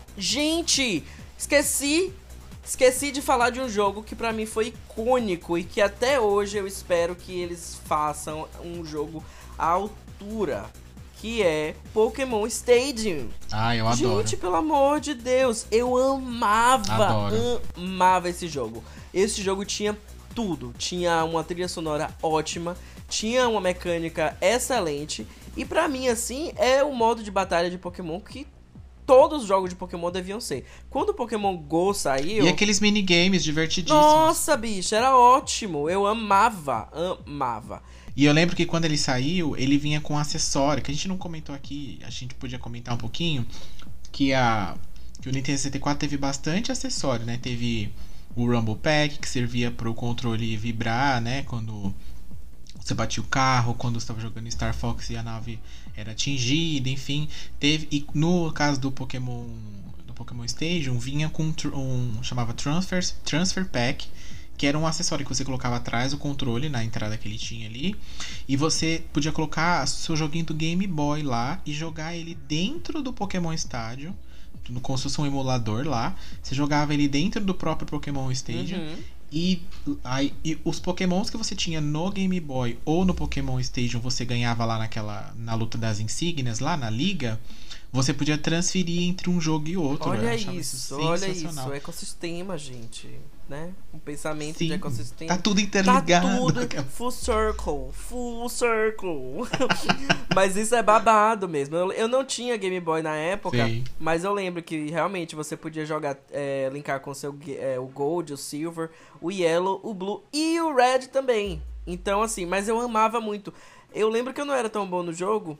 Gente, esqueci Esqueci de falar de um jogo que pra mim foi icônico e que até hoje eu espero que eles façam um jogo à altura, que é Pokémon Stadium. Ah, eu adoro. Gente, pelo amor de Deus, eu amava, adoro. amava esse jogo. Esse jogo tinha tudo, tinha uma trilha sonora ótima, tinha uma mecânica excelente e pra mim, assim, é o modo de batalha de Pokémon que todos os jogos de Pokémon deviam ser. Quando o Pokémon Go saiu... E aqueles minigames divertidíssimos. Nossa, bicho, era ótimo. Eu amava, amava. E eu lembro que quando ele saiu, ele vinha com um acessório, que a gente não comentou aqui, a gente podia comentar um pouquinho, que, a, que o Nintendo sessenta e quatro teve bastante acessório, né? Teve o Rumble Pack, que servia para o controle vibrar, né? Quando você batia o carro, quando você estava jogando Star Fox e a nave era atingida, enfim. Teve, e no caso do Pokémon do Pokémon Stadium, vinha com um, um chamava Transfer, Transfer Pack, que era um acessório que você colocava atrás do controle, na entrada que ele tinha ali, e você podia colocar seu joguinho do Game Boy lá e jogar ele dentro do Pokémon Stadium, como se fosse um emulador lá. Você jogava ele dentro do próprio Pokémon Stadium. Uhum. E, aí, e os Pokémons que você tinha no Game Boy ou no Pokémon Stadium, você ganhava lá naquela, na luta das insígnias, lá na liga, você podia transferir entre um jogo e outro. Olha isso, isso olha isso, ecossistema, gente, né? Um pensamento Sim, de ecossistema. Tá tudo interligado. Tá tudo full circle, full circle. Mas isso é babado mesmo. Eu, eu não tinha Game Boy na época, Sim. mas eu lembro que realmente você podia jogar, é, linkar com o seu é, o Gold, o Silver, o Yellow, o Blue e o Red também. Então, assim, mas eu amava muito. Eu lembro que eu não era tão bom no jogo,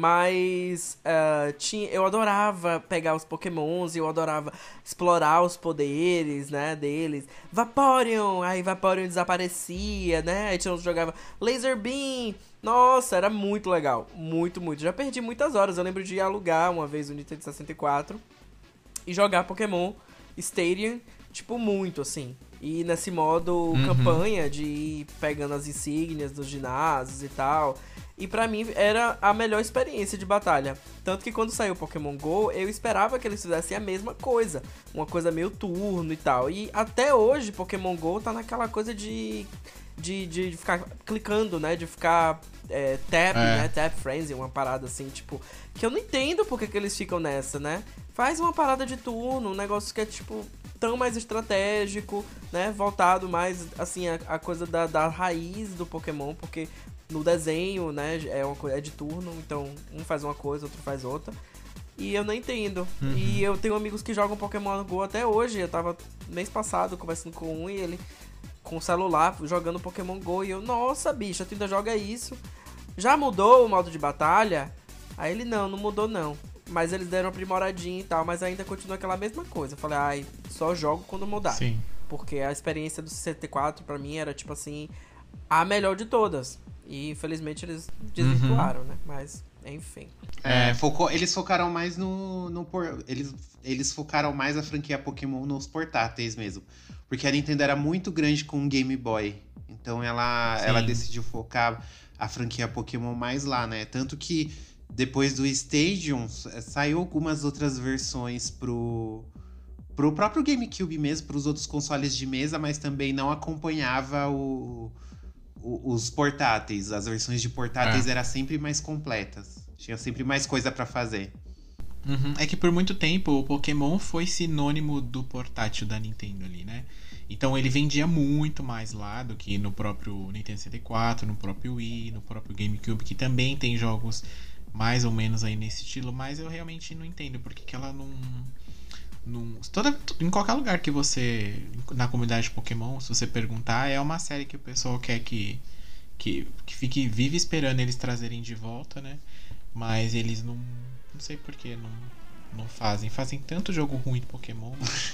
mas uh, tinha, eu adorava pegar os Pokémons, eu adorava explorar os poderes, né, deles. Vaporeon, aí Vaporeon desaparecia, né, aí tinha, jogava Laser Beam. Nossa, era muito legal, muito, muito. Já perdi muitas horas, eu lembro de alugar uma vez o Nintendo sessenta e quatro e jogar Pokémon Stadium, tipo, muito, assim. E nesse modo uhum. campanha de ir pegando as insígnias dos ginásios e tal. E pra mim era a melhor experiência de batalha. Tanto que quando saiu o Pokémon Go, eu esperava que eles fizessem a mesma coisa. Uma coisa meio turno e tal. E até hoje, Pokémon Go tá naquela coisa de... De, de, de ficar clicando, né? De ficar é, tap, é. né? Tap frenzy, uma parada assim, tipo... Que eu não entendo porque que eles ficam nessa, né? Faz uma parada de turno, um negócio que é, tipo... Tão mais estratégico, né? Voltado mais, assim, a, a coisa da, da raiz do Pokémon. Porque no desenho, né? É, uma, é de turno, então um faz uma coisa, outro faz outra. E eu não entendo. Uhum. E eu tenho amigos que jogam Pokémon Go até hoje. Eu tava mês passado conversando com um e ele... com o celular, jogando Pokémon Go. E eu, nossa, bicho, tu ainda joga isso? Já mudou o modo de batalha? Aí ele, não, não mudou não. Mas eles deram uma aprimoradinha e tal, mas ainda continua aquela mesma coisa. Eu falei, ai, só jogo quando mudar. Sim. Porque a experiência do sessenta e quatro, pra mim, era, tipo assim, a melhor de todas. E, infelizmente, eles desvirtuaram, uhum. né? Mas, enfim. É, focou, eles focaram mais no... no por, eles, eles focaram mais a franquia Pokémon nos portáteis mesmo. Porque a Nintendo era muito grande com o Game Boy. Então ela, ela decidiu focar a franquia Pokémon mais lá, né? Tanto que depois do Stadium, saiu algumas outras versões pro, pro próprio GameCube mesmo, pros outros consoles de mesa, mas também não acompanhava o, o, os portáteis. As versões de portáteis é. eram sempre mais completas. Tinha sempre mais coisa pra fazer. Uhum. É que por muito tempo o Pokémon foi sinônimo do portátil da Nintendo ali, né? Então ele vendia muito mais lá do que no próprio Nintendo sessenta e quatro, no próprio Wii, no próprio GameCube, que também tem jogos mais ou menos aí nesse estilo, mas eu realmente não entendo porque que ela não, num toda, em qualquer lugar que você, na comunidade de Pokémon, se você perguntar, é uma série que o pessoal quer que que, que fique vive esperando eles trazerem de volta, né? Mas eles não, não sei por que não, não fazem, fazem tanto jogo ruim de Pokémon,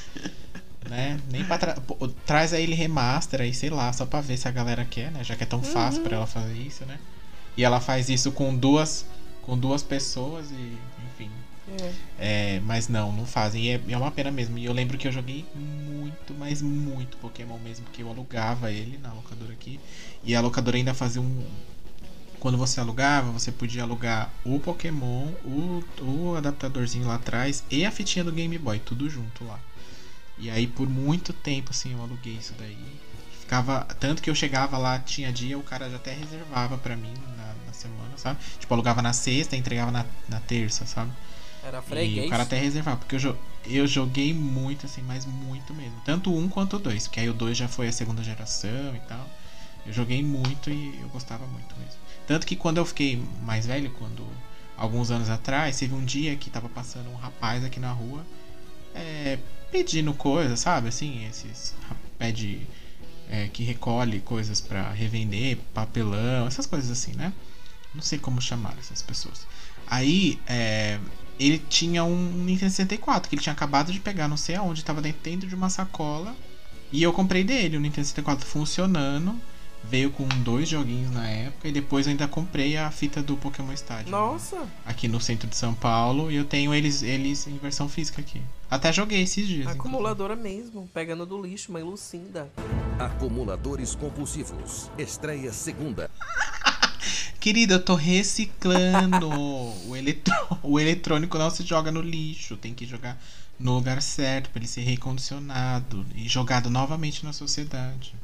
né? Nem pra tra pô, traz aí ele remaster aí, sei lá, só pra ver se a galera quer, né? Já que é tão fácil uhum. pra ela fazer isso, né? E ela faz isso com duas com duas pessoas e, enfim. É. É, mas não, não fazem. E é, é uma pena mesmo. E eu lembro que eu joguei muito, mas muito Pokémon mesmo, que eu alugava ele na locadora aqui. E a locadora ainda fazia um... Quando você alugava, você podia alugar o Pokémon, o, o adaptadorzinho lá atrás e a fitinha do Game Boy, tudo junto lá. E aí por muito tempo assim eu aluguei isso daí. Ficava, tanto que eu chegava lá, tinha dia, o cara já até reservava pra mim na, na semana, sabe? Tipo, alugava na sexta e entregava na, na terça, sabe? Era freguês. E o cara até reservava, porque eu, jo eu joguei muito, assim, mas muito mesmo. Tanto o um quanto o dois, porque aí o dois já foi a segunda geração e tal. Eu joguei muito e eu gostava muito mesmo. Tanto que quando eu fiquei mais velho, quando alguns anos atrás, teve um dia que tava passando um rapaz aqui na rua é, pedindo coisas, sabe? Assim, esses pede é, que recolhe coisas pra revender, papelão, essas coisas assim, né? Não sei como chamar essas pessoas. Aí, é, ele tinha um Nintendo sessenta e quatro que ele tinha acabado de pegar, não sei aonde, tava dentro de uma sacola. E eu comprei dele, o Nintendo sessenta e quatro funcionando. Veio com dois joguinhos na época. E depois eu ainda comprei a fita do Pokémon Stadium. Nossa! Aqui no centro de São Paulo. E eu tenho eles, eles em versão física aqui. Até joguei esses dias. Acumuladora inclusive. Mesmo, pegando do lixo, mãe Lucinda. Acumuladores compulsivos. Estreia segunda. Querida, eu tô reciclando. o, eletro... o eletrônico não se joga no lixo. Tem que jogar no lugar certo pra ele ser recondicionado e jogado novamente na sociedade.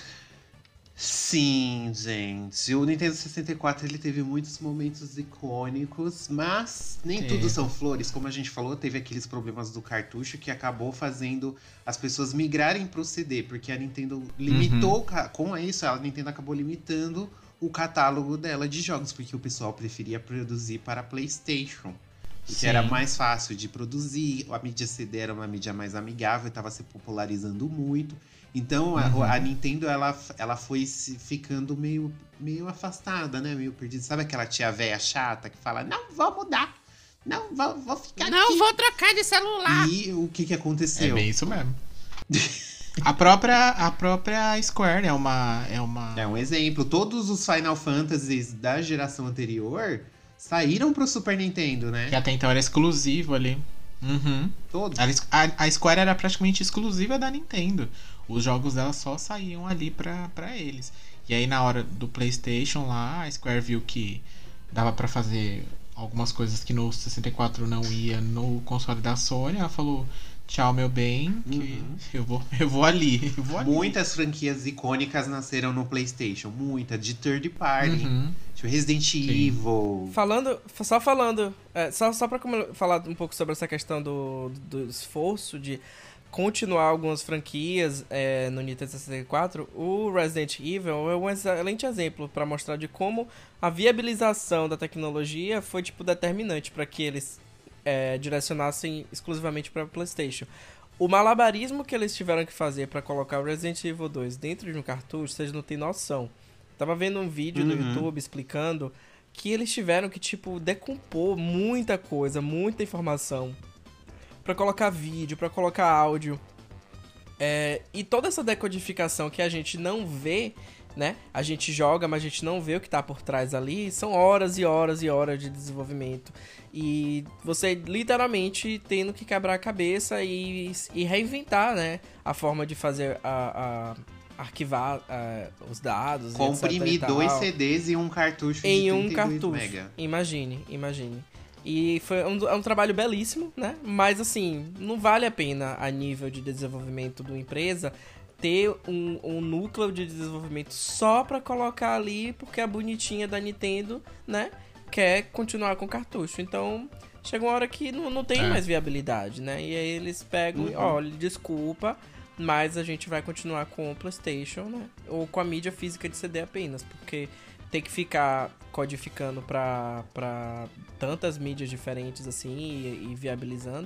Sim, gente. O Nintendo sessenta e quatro ele teve muitos momentos icônicos, mas nem é. tudo são flores. Como a gente falou, teve aqueles problemas do cartucho que acabou fazendo as pessoas migrarem pro C D, porque a Nintendo limitou, uhum. com isso, a Nintendo acabou limitando o catálogo dela de jogos, porque o pessoal preferia produzir para PlayStation. Porque era mais fácil de produzir, a mídia C D era uma mídia mais amigável, estava se popularizando muito. Então uhum. a, a Nintendo ela, ela foi se ficando meio, meio afastada, né? Meio perdida. Sabe aquela tia véia chata que fala, não vou mudar, não vou, vou ficar Não aqui. vou trocar de celular. E o que que aconteceu? É bem isso mesmo. A própria, a própria Square é uma, é uma... É um exemplo. Todos os Final Fantasies da geração anterior saíram pro Super Nintendo, né? Que até então era exclusivo ali. Uhum. Todos. A, a Square era praticamente exclusiva da Nintendo. Os jogos dela só saíam ali pra, pra eles. E aí na hora do PlayStation lá, a Square viu que dava pra fazer algumas coisas que no sessenta e quatro não ia no console da Sony. Ela falou... Tchau, meu bem, que uhum. eu, vou, eu vou ali, eu vou ali. Muitas franquias icônicas nasceram no PlayStation. Muita, de third party. Uhum. Tipo Resident Sim. Evil. Falando, só falando, é, só, só pra falar um pouco sobre essa questão do, do esforço de continuar algumas franquias é, no Nintendo sessenta e quatro, o Resident Evil é um excelente exemplo para mostrar de como a viabilização da tecnologia foi tipo determinante para que eles É, direcionassem exclusivamente para PlayStation. O malabarismo que eles tiveram que fazer para colocar o Resident Evil dois dentro de um cartucho, vocês não têm noção. Tava vendo um vídeo uhum. no YouTube explicando que eles tiveram que tipo decompor muita coisa, muita informação para colocar vídeo, para colocar áudio. É, e toda essa decodificação que a gente não vê, né? A gente joga, mas a gente não vê o que tá por trás ali. São horas e horas e horas de desenvolvimento. E você literalmente tendo que quebrar a cabeça e, e reinventar, né? A forma de fazer a, a arquivar a, os dados. Comprimir dois C Ds e um cartucho de em trinta e dois um cartucho. mega. Imagine, imagine. E foi um, é um trabalho belíssimo, né? Mas assim, não vale a pena a nível de desenvolvimento de uma empresa ter um, um núcleo de desenvolvimento só pra colocar ali porque a bonitinha da Nintendo, né, quer continuar com o cartucho. Então, chega uma hora que não, não tem é. mais viabilidade, né? E aí eles pegam, uhum. e olha, desculpa, mas a gente vai continuar com o PlayStation, né? Ou com a mídia física de C D apenas, porque tem que ficar codificando pra, pra tantas mídias diferentes assim e, e viabilizando.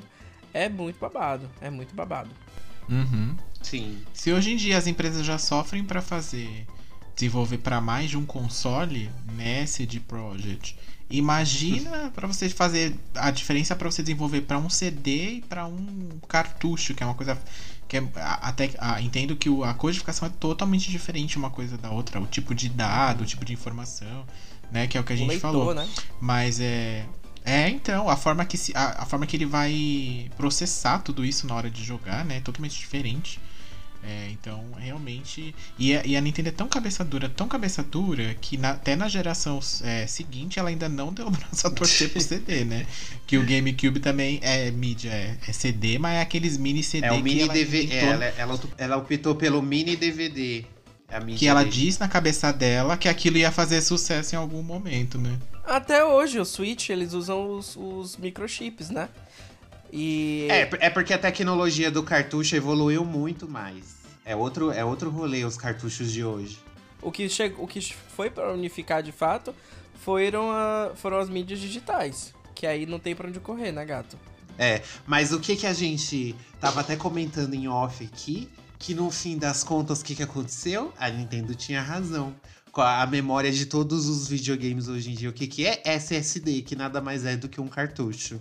É muito babado, é muito babado. Uhum. Sim. Se hoje em dia as empresas já sofrem pra fazer, desenvolver pra mais de um console, né, C D Projekt, imagina pra você fazer a diferença pra você desenvolver pra um C D e pra um cartucho, que é uma coisa que é, até a, entendo que o, a codificação é totalmente diferente uma coisa da outra, o tipo de dado, o tipo de informação, né, que é o que a gente leitor, falou. Né? Mas é É, então, a forma, que se, a, a forma que ele vai processar tudo isso na hora de jogar, né, é totalmente diferente. É, então, realmente... E a, e a Nintendo é tão cabeça dura, tão cabeça dura, que na, até na geração é, seguinte ela ainda não deu o braço a torcer pro C D, né? Que o GameCube também é mídia, é, é C D, mas é aqueles mini C D é o que mini ela, D V D. inventou, Ela, ela, ela optou pelo mini D V D. A que ela dele. disse na cabeça dela que aquilo ia fazer sucesso em algum momento, né? Até hoje, o Switch, eles usam os, os microchips, né? E... É, é porque a tecnologia do cartucho evoluiu muito mais. É outro, é outro rolê os cartuchos de hoje. O que, che... o que foi pra unificar de fato foram, a... foram as mídias digitais. Que aí não tem pra onde correr, né, gato? É, mas o que que a gente tava até comentando em off aqui, que no fim das contas, o que que aconteceu? A Nintendo tinha razão. A memória de todos os videogames hoje em dia, o que que é? S S D, que nada mais é do que um cartucho.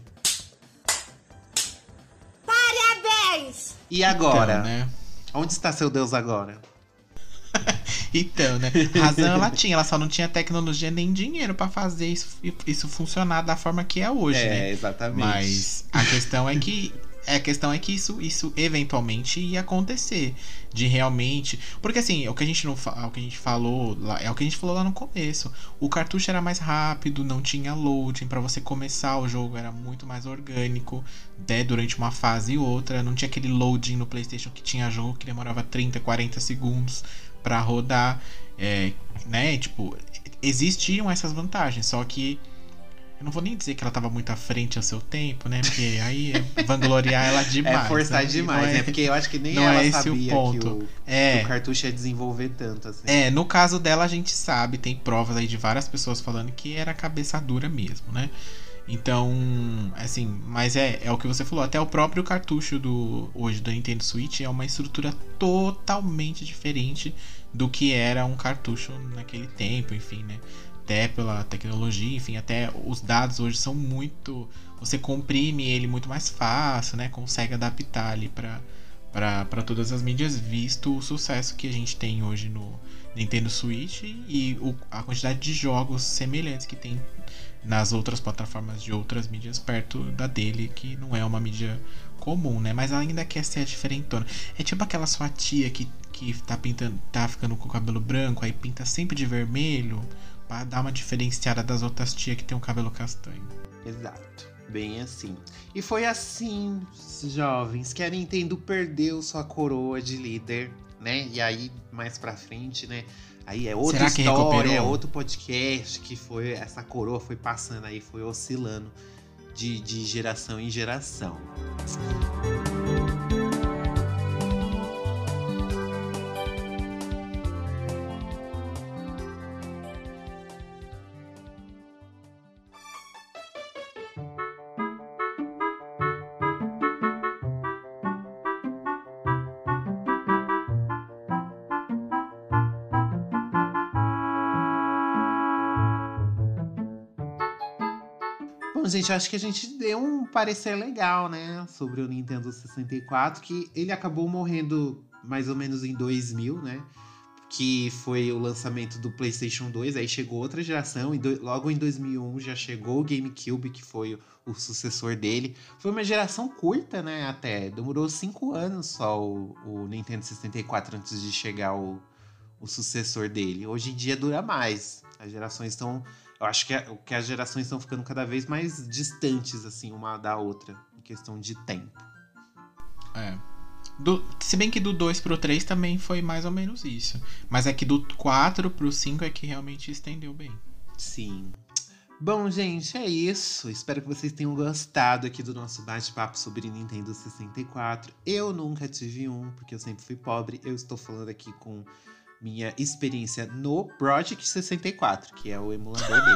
Parabéns! E agora? Então, né? Onde está seu Deus agora? Então, né? Razão ela tinha, ela só não tinha tecnologia nem dinheiro pra fazer isso, isso funcionar da forma que é hoje, é, né? Exatamente. Mas a questão é que a questão é que isso, isso eventualmente ia acontecer. De realmente. Porque assim, o que a gente não o que a gente falou lá, é o que a gente falou lá no começo. O cartucho era mais rápido, não tinha loading. Pra você começar o jogo era muito mais orgânico, né, durante uma fase e outra. Não tinha aquele loading no PlayStation que tinha jogo que demorava trinta, quarenta segundos pra rodar. É, né? Tipo, existiam essas vantagens, só que eu não vou nem dizer que ela tava muito à frente ao seu tempo, né? Porque aí é vangloriar ela demais. É forçar né? demais, é, é porque eu acho que nem não ela é esse sabia o ponto. Que, o, é. que o cartucho ia desenvolver tanto, assim. É, no caso dela a gente sabe, tem provas aí de várias pessoas falando que era cabeça dura mesmo, né? Então, assim, mas é, é o que você falou, até o próprio cartucho do hoje do Nintendo Switch é uma estrutura totalmente diferente do que era um cartucho naquele tempo, enfim, né? Até pela tecnologia, enfim, até os dados hoje são muito... Você comprime ele muito mais fácil, né? Consegue adaptar ali pra, pra, pra todas as mídias, visto o sucesso que a gente tem hoje no Nintendo Switch e o, a quantidade de jogos semelhantes que tem nas outras plataformas de outras mídias perto da dele, que não é uma mídia comum, né? Mas ela ainda quer ser a diferentona. É tipo aquela sua tia que, que tá, pintando, tá ficando com o cabelo branco, aí pinta sempre de vermelho, pra dar uma diferenciada das outras tias que tem um cabelo castanho. Exato, bem assim. E foi assim, jovens, que a Nintendo perdeu sua coroa de líder, né? E aí, mais pra frente, né? Aí é outra Será que história, recuperou? é outro podcast que foi... Essa coroa foi passando aí, foi oscilando de, de geração em geração. Bom, gente, acho que a gente deu um parecer legal, né? Sobre o Nintendo sessenta e quatro, que ele acabou morrendo mais ou menos em dois mil, né? Que foi o lançamento do PlayStation dois, aí chegou outra geração, e do, logo em dois mil e um já chegou o GameCube, que foi o, o sucessor dele. Foi uma geração curta, né? Até, demorou cinco anos só o, o Nintendo sessenta e quatro antes de chegar o, o sucessor dele. Hoje em dia dura mais, as gerações estão... Eu acho que, é, que as gerações estão ficando cada vez mais distantes, assim, uma da outra, em questão de tempo. É. Do, se bem que do dois pro três também foi mais ou menos isso. Mas é que do quatro pro cinco é que realmente estendeu bem. Sim. Bom, gente, é isso. Espero que vocês tenham gostado aqui do nosso bate-papo sobre Nintendo sessenta e quatro. Eu nunca tive um, porque eu sempre fui pobre. Eu estou falando aqui com minha experiência no Project sessenta e quatro, que é o emulador dele.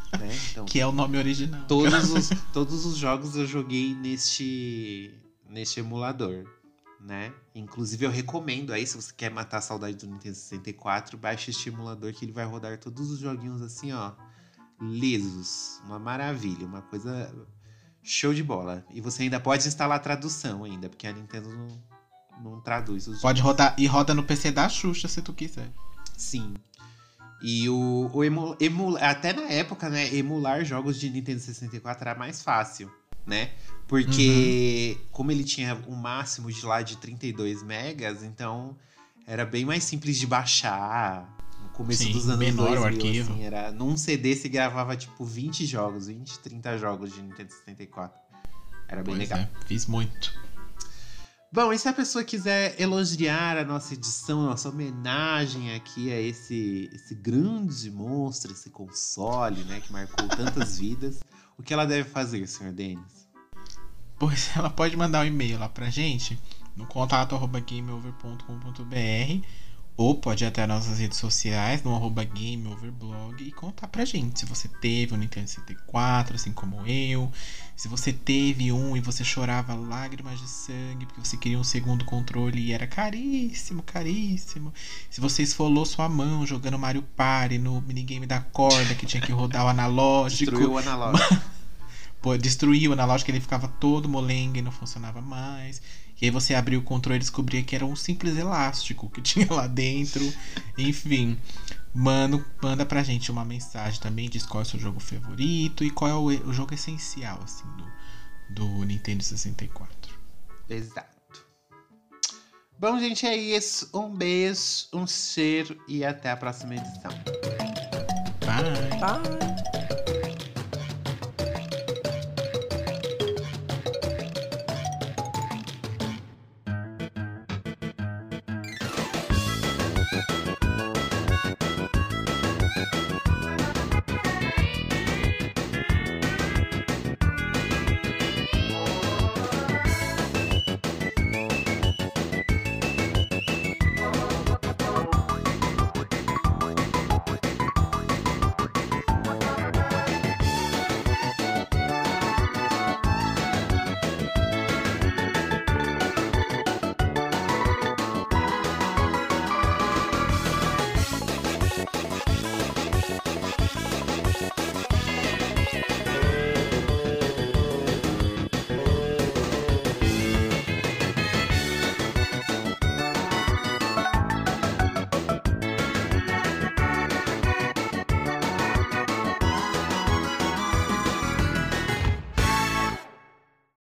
Né? Então, que é o nome original. Todos os, todos os jogos eu joguei neste, neste emulador, né? Inclusive eu recomendo aí, se você quer matar a saudade do Nintendo sessenta e quatro, baixe este emulador que ele vai rodar todos os joguinhos assim, ó, lisos. Uma maravilha, uma coisa show de bola. E você ainda pode instalar a tradução ainda, porque a Nintendo não, não traduz os Pode jogos. rodar, e roda no P C da Xuxa, se tu quiser. Sim. E o, o emu, emu, até na época, né, emular jogos de Nintendo sessenta e quatro era mais fácil, né? Porque uhum. como ele tinha um máximo de lá de trinta e dois megas, então era bem mais simples de baixar. No começo Sim, dos anos menor dois mil, o arquivo. Assim, era, num C D se gravava tipo vinte jogos, vinte, trinta jogos de Nintendo sessenta e quatro. Era bem pois legal. É, fiz muito. Bom, e se a pessoa quiser elogiar a nossa edição, a nossa homenagem aqui a esse, esse grande monstro, esse console, né, que marcou tantas vidas, o que ela deve fazer, senhor Denis? Pois ela pode mandar um e-mail lá pra gente no contato arroba gameover ponto com ponto br ou pode ir até as nossas redes sociais no arroba gameoverblog e contar pra gente se você teve um Nintendo sessenta e quatro, assim como eu, se você teve um e você chorava lágrimas de sangue porque você queria um segundo controle e era caríssimo, caríssimo, se você esfolou sua mão jogando Mario Party no minigame da corda que tinha que rodar o analógico. Destruiu o analógico. Pô, destruiu o analógico, ele ficava todo molenga e não funcionava mais. E aí você abriu o controle e descobria que era um simples elástico que tinha lá dentro. Enfim, mano, manda pra gente uma mensagem também, diz qual é o seu jogo favorito e qual é o, o jogo essencial, assim, do, do Nintendo sessenta e quatro. Exato. Bom, gente, é isso. Um beijo, um cheiro e até a próxima edição. Bye. Bye.